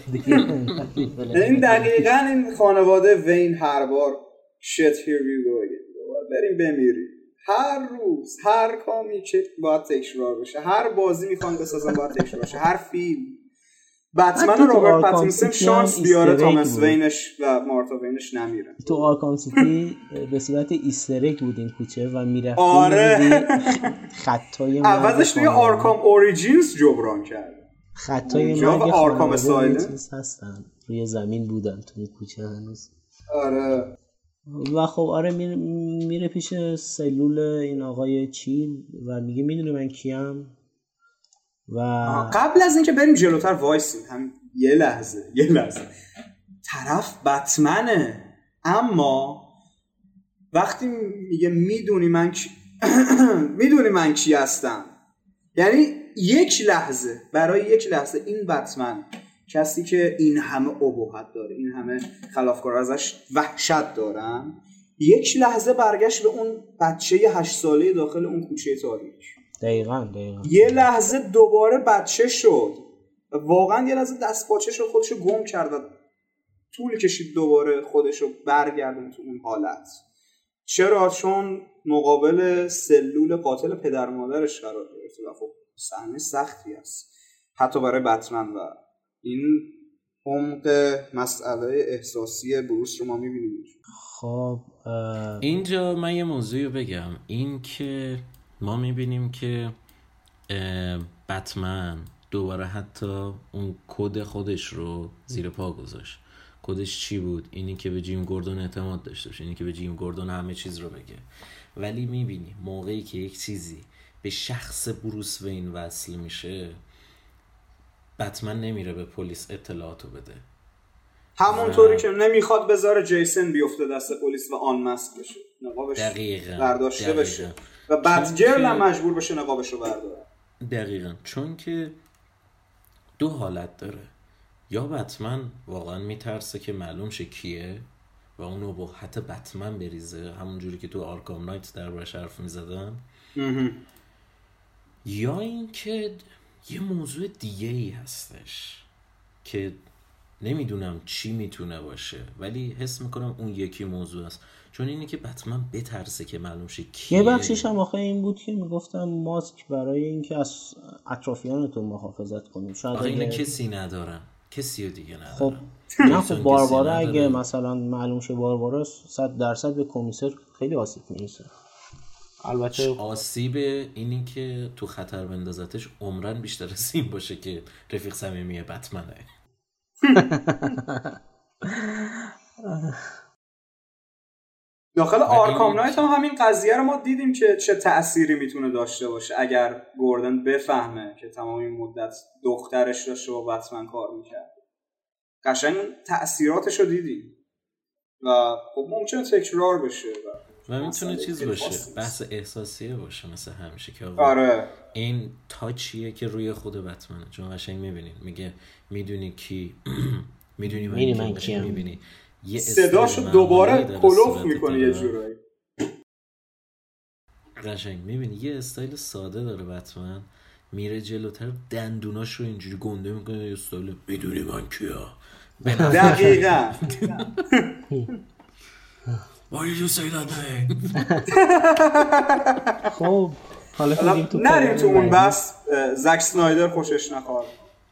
این دقیقاً این خانواده وین هر بار shit here we go again، بریم بمیریم. هر روز هر کامی که باید تکرار بشه، هر بازی میخوان بسازن باید تکرار بشه، هر فیلم. بتمن و رابرت پاتینسون شانس بیاره تامس وینش و مارتا وینش نمیرن. تو آرکام سیتی به صورت ایستر اگ بود این کوچه و میرفتی. آره خطای عوضش توی آرکام اوریجینز جبران کرد. خطای مرگ آرکام اسایلنت هستن روی زمین بودن تو این کوچه هنوز. آره و خب آره میره پیش سلول این آقای چیل و میگه میدونی من کیم. و قبل از اینکه بریم جلوتر وایسیم هم یه لحظه طرف بتمنه، اما وقتی میگه میدونی من کی هستم، یعنی برای یک لحظه این بتمن، کسی که این همه ابهت داره، این همه خلافکارا ازش وحشت دارن، یک لحظه برگشت به اون بچه 8 ساله داخل اون کوچه تاریک. دقیقاً یه لحظه دوباره بچه شد، واقعا یه لحظه دست پاچه شد، خودشو گم کرد و طول کشید دوباره خودشو برگردونه تو اون حالت. چرا؟ چون مقابل سلول قاتل پدر مادرش قرار گرفته و خب صحنه سختی است حتی برای بتمن و این عمق مسئله احساسی بروس رو ما می‌بینیم. خب اینجا من یه موضوعی بگم، این که ما می‌بینیم که بتمن دوباره حتی اون کد خودش رو زیر پا گذاشت. کدش چی بود؟ اینی که به جیم گوردون اعتماد داشته باشه، اینی که به جیم گوردون همه چیز رو بگه. ولی میبینی موقعی که یک چیزی به شخص بروس وین وصل میشه، بتمن نمیره به پلیس اطلاعاتو بده، همونطوری که نمیخواد بذاره جیسن بیفته دست پلیس و آن مسک بشه، نقابش برداشته بشه و بتگرل هم مجبور بشه نقابش رو برداره. دقیقاً، چون که دو حالت داره، یا بتمن واقعا میترسه که معلوم شه کیه و اونو با حتی بتمن بریزه، همون جوری که تو آرکام نایت دربارش حرف میزدن، یا این که یه موضوع دیگه ای هستش که نمیدونم چی میتونه باشه، ولی حس میکنم اون یکی موضوع است، چون اینه که بتمن بترسه که معلوم شه کیه. یه بخشیش هم آخه این بود که میگفتم ماسک برای اینکه از اطرافیانتون محافظت کنیم. شاید آخه اینا کسی ندارن، کسی دیگه ندارن. خب نه، خب باربارا اگه مثلا معلوم شه باربارا 100% به کمیسر خیلی آسیب میرسه. البته آسیب اینی که تو خطر بندازتش عمرن بیشتر از این باشه که رفیق صمیمی بتمنه. داخل آرکام نایت هم همین قضیه رو ما دیدیم که چه تأثیری میتونه داشته باشه اگر گوردن بفهمه که تمام این مدت دخترش داشته با بتمن کار میکرد. قشنگ تأثیراتش رو دیدیم و خب ممکنه تکرار بشه و میتونه چیز باشه، بحث احساسیه باشه مثل همیشه که آره این تاچیه که روی خود بتمنه، چون قشنگ میبینید میگه میدونی کی میدونی من کی، میبینی یه صداشو دوباره کلوف میکنه یه جورایی، قشنگ میبینی یه استایل ساده داره بتمن، میره جلوتر دندوناش رو اینجوری گنده میکنه، یه استایل میدونی من کیا. دقیقاً Why did you say that name؟ خب حالا نریم تو اون بس زک سنایدر خوشش نخواد.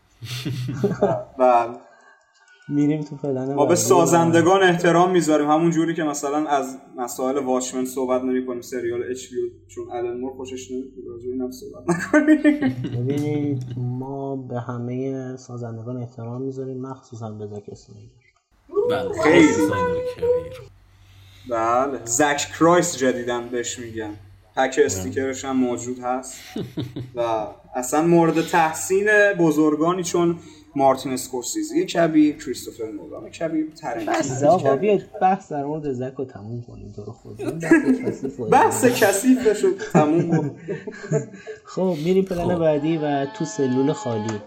بله میریم تو پلن. ما به سازندگان احترام میذاریم، همون جوری که مثلا از مسائل واچمن صحبت نمی‌کنیم سریال اچ بی او، چون آلن مور خوشش نمیاد راجع به اینم صحبت نکنیم. ببینید ما به همه سازندگان احترام میذاریم، مخصوصا به زک اسنایدر. بله خیلی کبیر. بله زک کرایست جدیدن بهش میگن، پک استیکرش هم موجود هست و اصلا مورد تحسین بزرگانی، چون مارتین اسکورسیزی کبیر، کریستوفر نولان کبیر، ترنتینو کبیر. بحث در مورد زک رو تموم کنیم تو رو خود. بحث کثیف شد تموم کن. خب میریم پلن بعدی و تو سلول خالی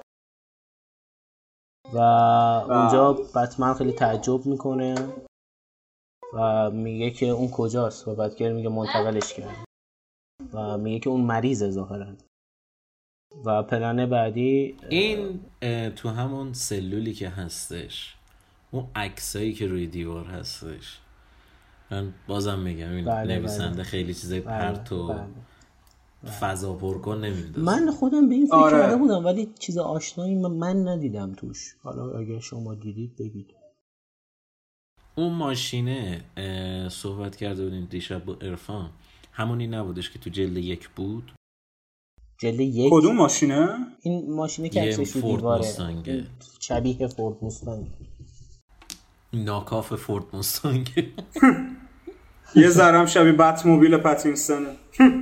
و اونجا بتمن خیلی تعجب میکنه و میگه که اون کجاست و بعد میگه منتقلش کرد و میگه که اون مریضه ظاهرا. و پلن بعدی این تو همون سلولی که هستش، اون عکسایی که روی دیوار هستش، من بازم میگم این نویسنده خیلی چیزای پرت و فضا پرکن نمیدازه. من خودم به این فکر کرده بودم ولی چیز آشنایی من ندیدم توش. حالا اگه شما دیدید بگید. اون ماشینه صحبت کرده بودیم دیشب با عرفان، همونی نبودش که تو جلد 1 بود؟ جلد 1 کدوم ماشینه؟ این ماشینه که عکسش رو دیواره، شبیه فورد موستانگ، ناکاف فورد موستانگ. یه ذرم شبیه بتموبیل پاتینسونه.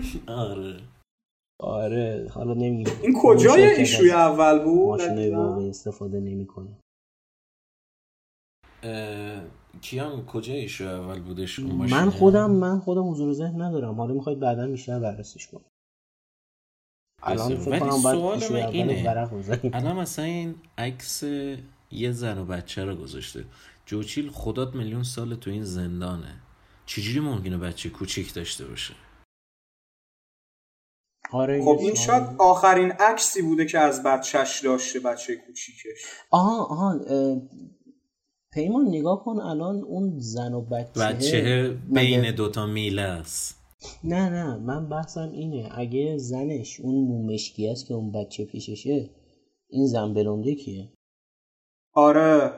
آره حالا نمیگم این کجای ایشوی اول بود؟ ماشینای واقعی استفاده نمیکنه. کیان کجای ایشوی اول بودش اون ماشین؟ من خودم حضور ذهن ندارم. حالا میخواید بعدا بیشتر بررسیش کنم. الان فکر کنم باید ایشوی اول ورق بزنیم. الان مثلا این عکس یه زن و بچه رو گذاشته. جوچیل خدات میلیون سال تو این زندانه، چجوری ممکنه بچه کوچیک داشته باشه؟ آره خب این شاید آخرین عکسی بوده که از بچهش داشته، بچه کوچیکش. پیمان نگاه کن الان اون زن و بچه بین دوتا میله است. نه من بحثم اینه اگه زنش اون مومشکی است که اون بچه پیششه، این زن بلونده کیه؟ آره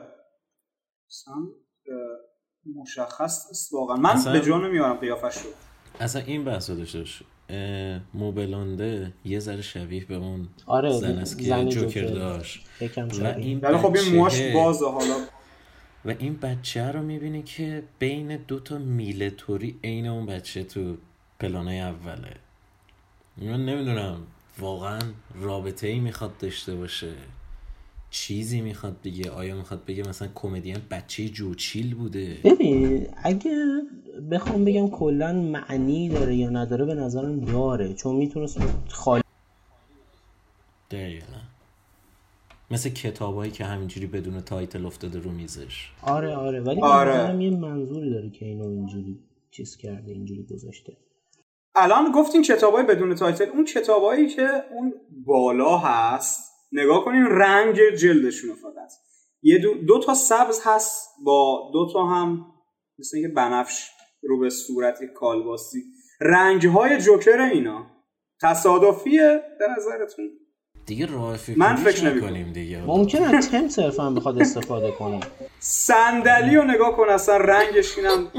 مشخص است واقعا. من به جا نمیارم قیافش رو. اصلا این بحثو داشته موبلونده یه ذره شبیه به اون زن است که جوکر داشت ولی خب این موهاش بازه حالا. و این بچه رو میبینی که بین دوتا میله توری عین اون بچه تو پلانای اوله. من نمیدونم واقعا رابطه ای میخواد داشته باشه، چیزی میخواد بگه، آیا میخواد بگه مثلا کمدین بچه جوچیل بوده؟ ببین اگه بخوام بگم کلا معنی داره یا نداره، به نظرم داره، چون میتونست خالی دقیقا مثل کتابایی که همینجوری بدون تایتل افتاده رو میزش. آره ولی به نظرم یه منظوری داره که اینو اینجوری چیز کرده، اینجوری گذاشته. الان گفتین کتابای بدون تایتل، اون کتابایی که اون بالا هست نگاه کنین رنگ جلدشون فقط یه دو تا سبز هست با دو تا هم مثل اینکه بنفش رو به صورت کالباسی. رنگ‌های جوکر اینا تصادفیه به نظرتون؟ دیگه راه من فکر نمی‌کنم دیگه. ممکنه تم صرفا بخواد استفاده کنه. صندلی رو نگاه کن اصلا رنگش اینم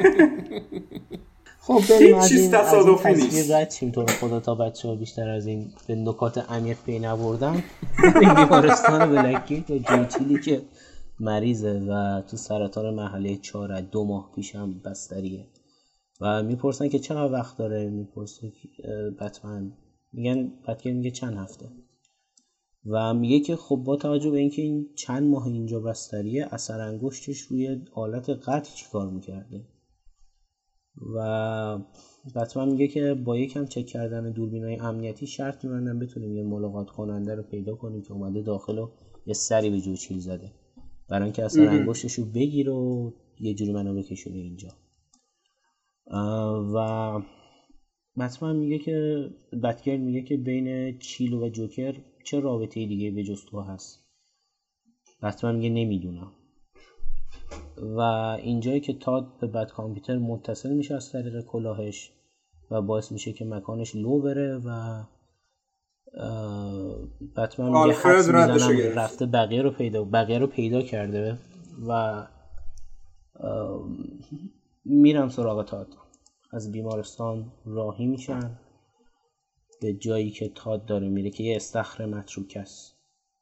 خب بریم از این تصادفی نیست. تصویر رد شیم تو رو خدا تا بچه‌ها بیشتر از این به نکات عمیق پی نبردن. بیمارستان بلکگیت و جوچیلی که مریضه و تو سرطان مرحله 4 2 ماه پیش هم بستریه و میپرسن که چقدر وقت داره، میپرسه بتمن میگه چند هفته و میگه که خب با توجه به اینکه این چند ماه اینجا بستریه اثر انگشتش روی آلت قطع چیکار میکرده و بتمن میگه که با یکم چک کردن دوربینای امنیتی شرط می‌بندن بتونیم یه ملاقات کننده رو پیدا کنیم که اومده داخل و یه سری به جوچیل زده برای اینکه اثر انگشتش رو بگیره و یه جوری منو بکشونه اینجا. و بتمن میگه که بتگرد میگه که بین چیل و جوکر چه رابطه دیگه به جز تو هست؟ بتمن میگه نمیدونم و اینجایی که تاد به بد کامپیوتر متصل میشه از طریق کلاهش و باعث میشه که مکانش لو بره و بتمن میگه حدس میزنم رفته بقیه رو پیدا کرده و میرم سراغ تاد. از بیمارستان راهی میشن به جایی که تاد داره میره که یه استخر متروک است.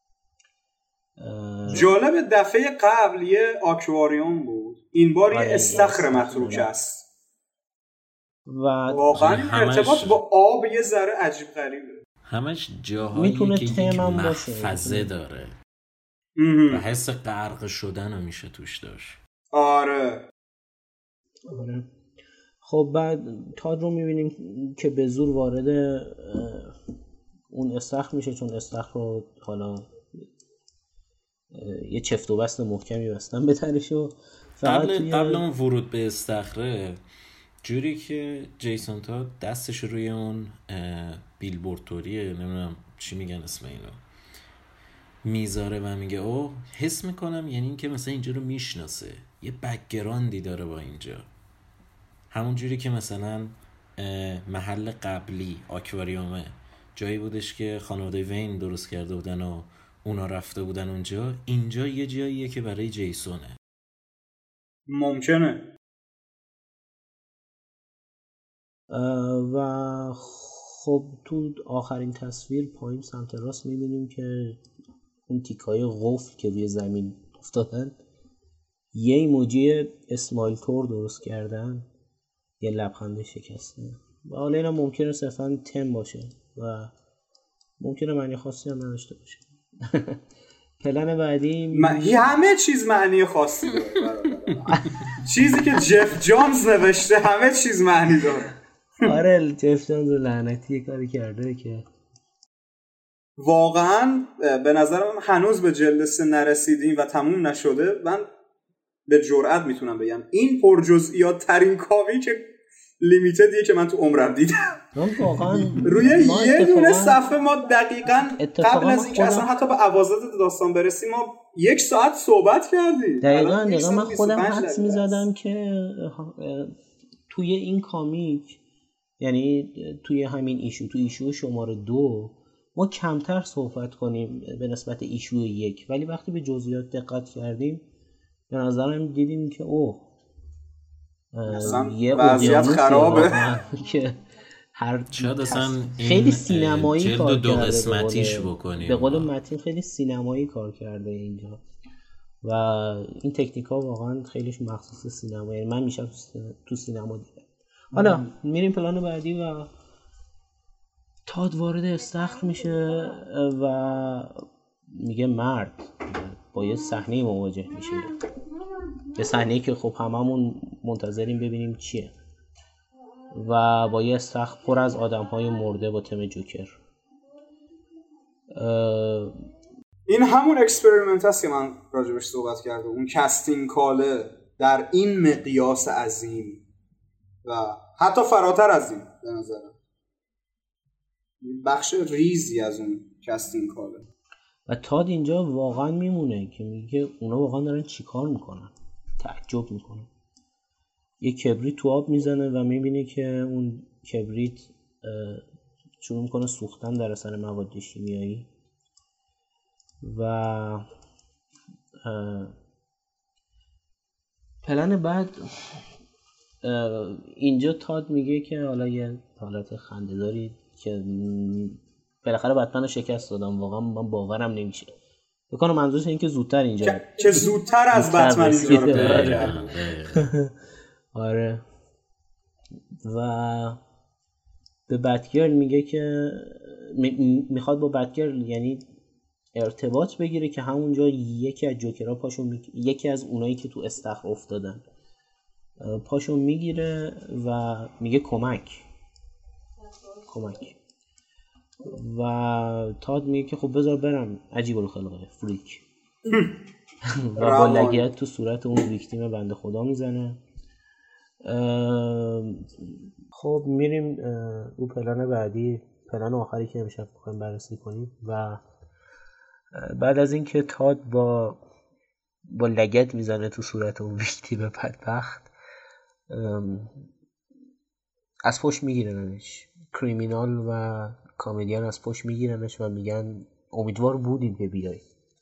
جالب دفعه قبل یه آکواریوم بود، این بار یه استخر متروک است و واقعا ارتباط با آب یه ذره عجیب غریبه. همش جاهایی که یک محفظه داره و حس غرق شدن رو میشه توش داشت. آره. خب بعد تاد رو میبینیم که به زور وارد اون استخر میشه، چون استخر رو حالا یه چفت و بست محکمی بستن به تنش و قبل اون ورود به استخره جوری که جیسون تاد دستش روی اون بیلبورد توریه، نمیدونم چی میگن اسم اینو، میذاره و میگه او حس میکنم یعنی این که مثلا اینجا رو میشناسه، یه بک‌گراندی داره با اینجا. همون جوری که مثلا محل قبلی آکواریومه جایی بودش که خانواده وین درست کرده بودن و اونا رفته بودن اونجا، اینجا یه جاییه که برای جیسونه. ممکنه. و خب تو آخرین تصویر پایین سمت راست میبینیم که اون تیکای قفل که روی زمین افتادن یه ایموجی اسمایل تور درست کردن یه لبخند شکسته. و حالا اینا ممکنه صرفا تم باشه و ممکنه معنی خاصی هم نداشته باشه. پلن بعدی همه چیز معنی خاصی داره. چیزی که جف جانز نوشته همه چیز معنی داره. آره جف جانز لعنتی کاری کرده که واقعا به نظرم هنوز به جلد 3 نرسیدیم و تموم نشده. من به جرئت میتونم بگم این پرجزئیات ترین کامیک لیمیتدیه که من تو عمرم دیدم. واقعا روی یه دونه صفحه ما دقیقاً قبل از اینکه اصلا حتی به اواسط داستان برسیم ما 1 ساعت صحبت کردیم. دقیقاً من خودم حدس میزدم که توی این کامیک، یعنی توی همین ایشو، توی ایشو شماره 2 ما کمتر صحبت کنیم به نسبت ایشو 1، ولی وقتی به جزئیات دقت کردیم به نظرم دیدیم که یه وضعیت خرابه که هر اصلا خیلی سینمایی کار کرده. 2 قسمتیش بکنیم. به قول متین خیلی سینمایی کار کرده اینجا و این تکنیک‌ها واقعا خیلیش مخصوص سینما، یعنی من میشم تو سینما دیدم. حالا میریم پلان بعدی و تاد وارد استخر میشه و میگه مرد با یه صحنه مواجه میشه، یه صحنه‌ای که خب هممون منتظریم ببینیم چیه، و با یه استخر پر از آدم‌های مرده با تم جوکر. این همون اکسپریمنت هست که من راجبش صحبت کردم، اون کاستینگ کاله در این مقیاس عظیم و حتی فراتر از این به نظرم بخش ریزی از اون کاستینگ کاله. و تاد اینجا واقعا میمونه که میگه اونا واقعا دارن چی کار میکنن، تعجب میکنه. یه کبریت تو آب میزنه و میبینه که اون کبریت شروع میکنه سوختن در اثر مواد شیمیایی و پلن بعد اینجا تاد میگه که حالا یه حالت خنده‌داری که بالاخره بتمن رو شکست دادم، واقعا من باورم نمیشه. بکنم منظورش این که زودتر اینجا که زودتر از بتمن اینجا رو پیدا کردم. آره. و به بتگرل میگه که میخواد با بتگرل یعنی ارتباط بگیره که همونجا یکی از جوکرها یکی از اونایی که تو استخر افتادن پاشو میگیره و میگه کمک. و تاد میگه که خب بذار برم، عجیب الخلقه فریک. و با لگد تو صورت اون ویکتیم بنده خدا میزنه. خب میریم اون پلن بعدی، پلن آخری که امشب میخوایم بررسی کنیم. و بعد از این که تاد با لگد میزنه تو صورت اون ویکتیم بدبخت، از پشت میگیرنش کریمینال و کامیدیان، از پشت میگیرنش و میگن امیدوار بودیم که بیای،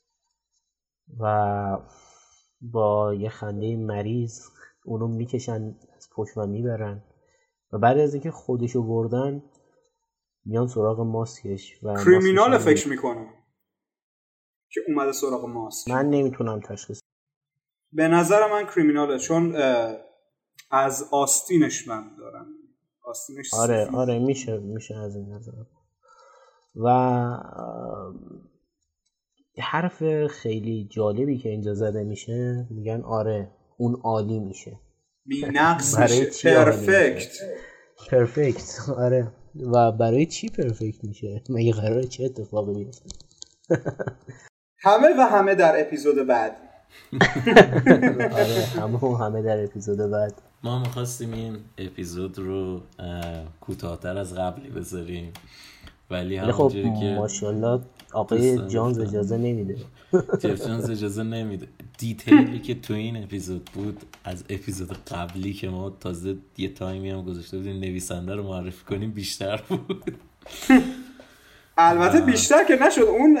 و با یه خنده مریض اونو میکشن از پشت و میبرن. و بعد از اینکه خودشو بردن میان سراغ ماسکش و کریمینال فکر میکنم که اومده سراغ ماسک. من نمیتونم تشخیص. به نظر من کریمیناله، چون از آستینش من دارم. آستینش آره میشه از این نظر. و حرف خیلی جالبی که اینجا زده میشه، میگن آره اون عالی میشه، بی نقص میشه، پرفکت. آره. و برای چی پرفکت میشه؟ مگه قراره چه اتفاقی بیفته؟ همه در اپیزود بعد. آره همه در اپیزود بعد. ما میخواستیم این اپیزود رو کوتاه‌تر از قبلی بذاریم، ولی همونجوری خب که ماشاءالله آقای جانز اجازه نمیده. جانز اجازه نمیده. دیتیلی که تو این اپیزود بود از اپیزود قبلی که ما تازه یه تایمی هم گذاشته بودیم نویسنده رو معرفی کنیم بیشتر بود. البته بیشتر که نشد. اون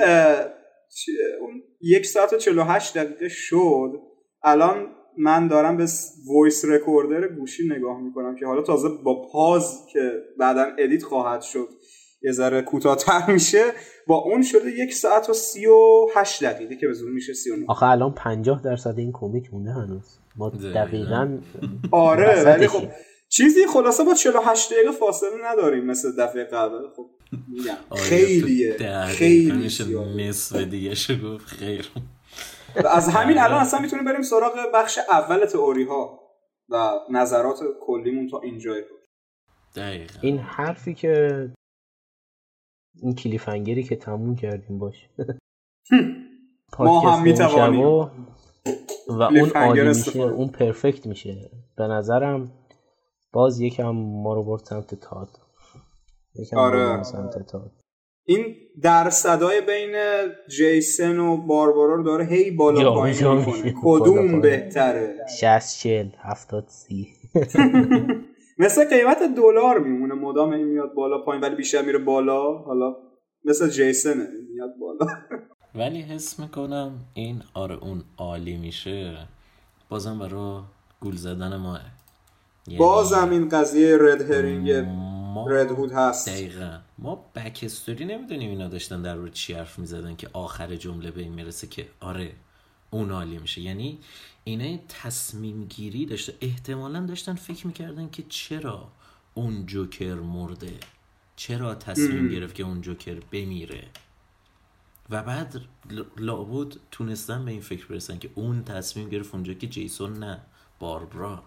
1 ساعت و 48 دقیقه شد. الان من دارم به وایس رکوردر گوشی نگاه میکنم که حالا تازه با پاز که بعداً ادیت خواهد شد یه ذره کوتاه‌تر میشه، با اون شده 1 ساعت و 38 دقیقه که به زور میشه 39. آخه الان 50% این کمیک مونده هنوز. ما دقیقاً آره ولی خب چیزی خلاصه با 48 دقیقه فاصله نداریم مثل دفعه قبل. خب میگم خیلیه، خیلی میشه نصف دیگه شو گفت خیر. از همین الان اصلا میتونیم بریم سراغ بخش اول تئوری ها و نظرات کلیمون تا اینجای. دقیقاً این حرفی که این کلیفنگری که تموم کردیم باشه ما هم میتوانیم و اون عالی میشه، اون پرفکت میشه به نظرم. باز یکم ما رو برد سمت تاد. آره سمت تاد. این درصدای بین جیسن و باربارا رو داره هی بالا پایین میکنه. کدوم بهتره؟ 60-40-70-30 مثل قیمت دلار میمونه، مدام این میاد بالا پایین ولی بیشتر میره بالا. حالا مثل جیسنه میاد بالا. ولی حس میکنم این اون عالی میشه بازم برای گول زدن ماه. بازم این قضیه رد هرینگ رد هود هست. دقیقاً ما بک استوری نمیدونیم اینا داشتن در روی چی حرف میزدن که آخر جمله به این میرسه که آره اون عالی میشه. یعنی اینا تصمیم گیری داشته، احتمالاً داشتن فکر میکردن که چرا اون جوکر مرده، چرا تصمیم گرفت که اون جوکر بمیره و بعد لابد تونستن به این فکر برسن که اون تصمیم گرفت اونجا که جیسون نه باربرا.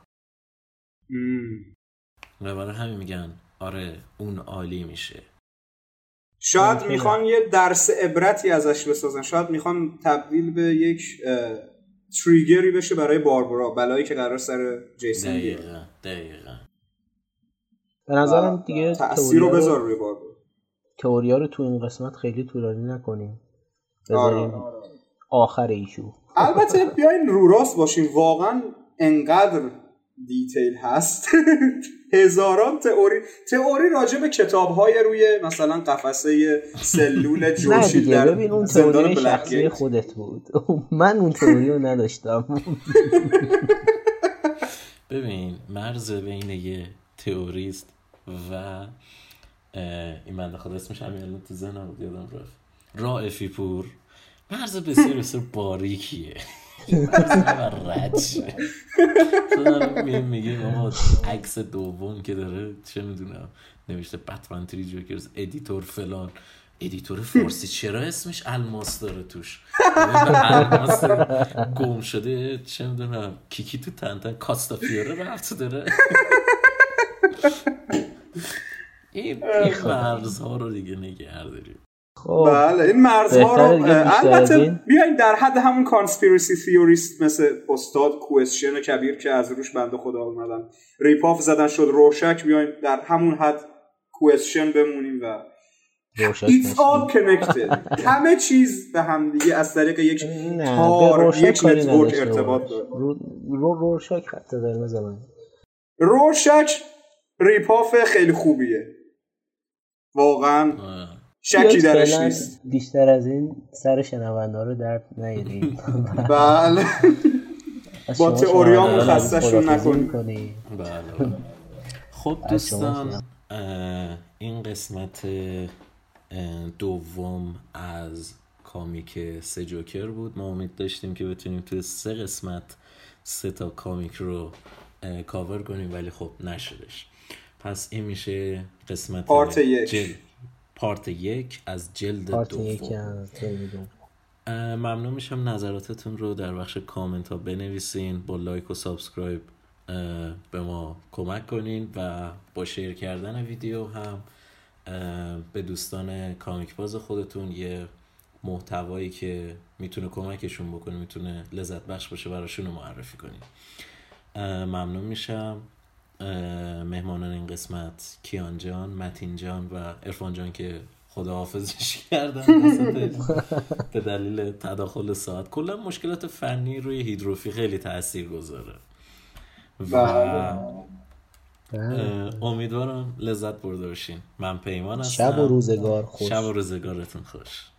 و برای همین میگن آره اون عالی میشه. شاید میخوان یه درس عبرتی ازش بسازن، شاید میخوان تبدیل به یک تریگری بشه برای باربرا، بلایی که قرار سر جیسون بیاره. دقیقاً به نظرم دیگه تأثیر رو بذار روی باربرا. تئوریا رو تو این قسمت خیلی طولانی نکنیم، بذاریم آخر ایشو. البته بیاین رو راست باشیم، واقعا انقدر دیتیل هست هزاران تئوری راجع به کتاب‌های روی مثلا قفسه سلول جورشیل در ببین اون تئوری شخصی خودت بود من اون تئوری رو نداشتم. ببین مرز بین یه تئوریست و این بنده خدا اسمش همین الان تو ذهنم بود یادم رفت، رائفی پور، مرز بسیار بسیار باریکیه. رد شه میگه بابا عکس دوم که داره چه میدونم نوشته بتمن تری جوکرز ادیتور فلان، ادیتور فارسی چرا اسمش الماس داره توش؟ الماس گم شده چه میدونم کیکی تو تنتن کاستافیوره رفت داره. این مرزها رو دیگه نگه داریم. بله این مرزها رو البته بیاین در حد همون کانسپیرسی تیوریست مثل استاد کوئسشن کبیر که از روش بنده خدا اومدن ریپاف زدن شد روشک، بیاین در همون حد کوئسشن بمونیم و it's all connected. همه چیز به هم دیگه از طریق یک تار یک نتورک ارتباط داره. روشک حتی در نظرم روشک ریپاف خیلی خوبیه واقعا، شکی درش نیست. بیشتر از این سر شنونده رو درد نیاریم. بله با تئوریامون خستشون نکنیم. بله خب دوستان این قسمت دوم از کامیک 3 جوکر بود. ما امید داشتیم که بتونیم توی 3 قسمت 3 تا کامیک رو کاور کنیم ولی خب نشدش. پس این میشه قسمت پارت 1 از جلد دوم. ممنون میشم نظراتتون رو در بخش کامنت ها بنویسین، با لایک و سابسکرایب به ما کمک کنین و با شیر کردن ویدیو هم به دوستان کامیک باز خودتون یه محتوایی که میتونه کمکشون بکنه، میتونه لذت بخش باشه براشون معرفی کنین. ممنون میشم. مهمانان این قسمت کیان جان، متین جان و عرفان جان که خداحافظش کردن به دلیل تداخل ساعت. کلا مشکلات فنی روی هیدروفی خیلی تأثیر گذاره و امیدوارم لذت برده باشین. من پیمان هستم. شب و روزگار خوش. شب و روزگارتون خوش.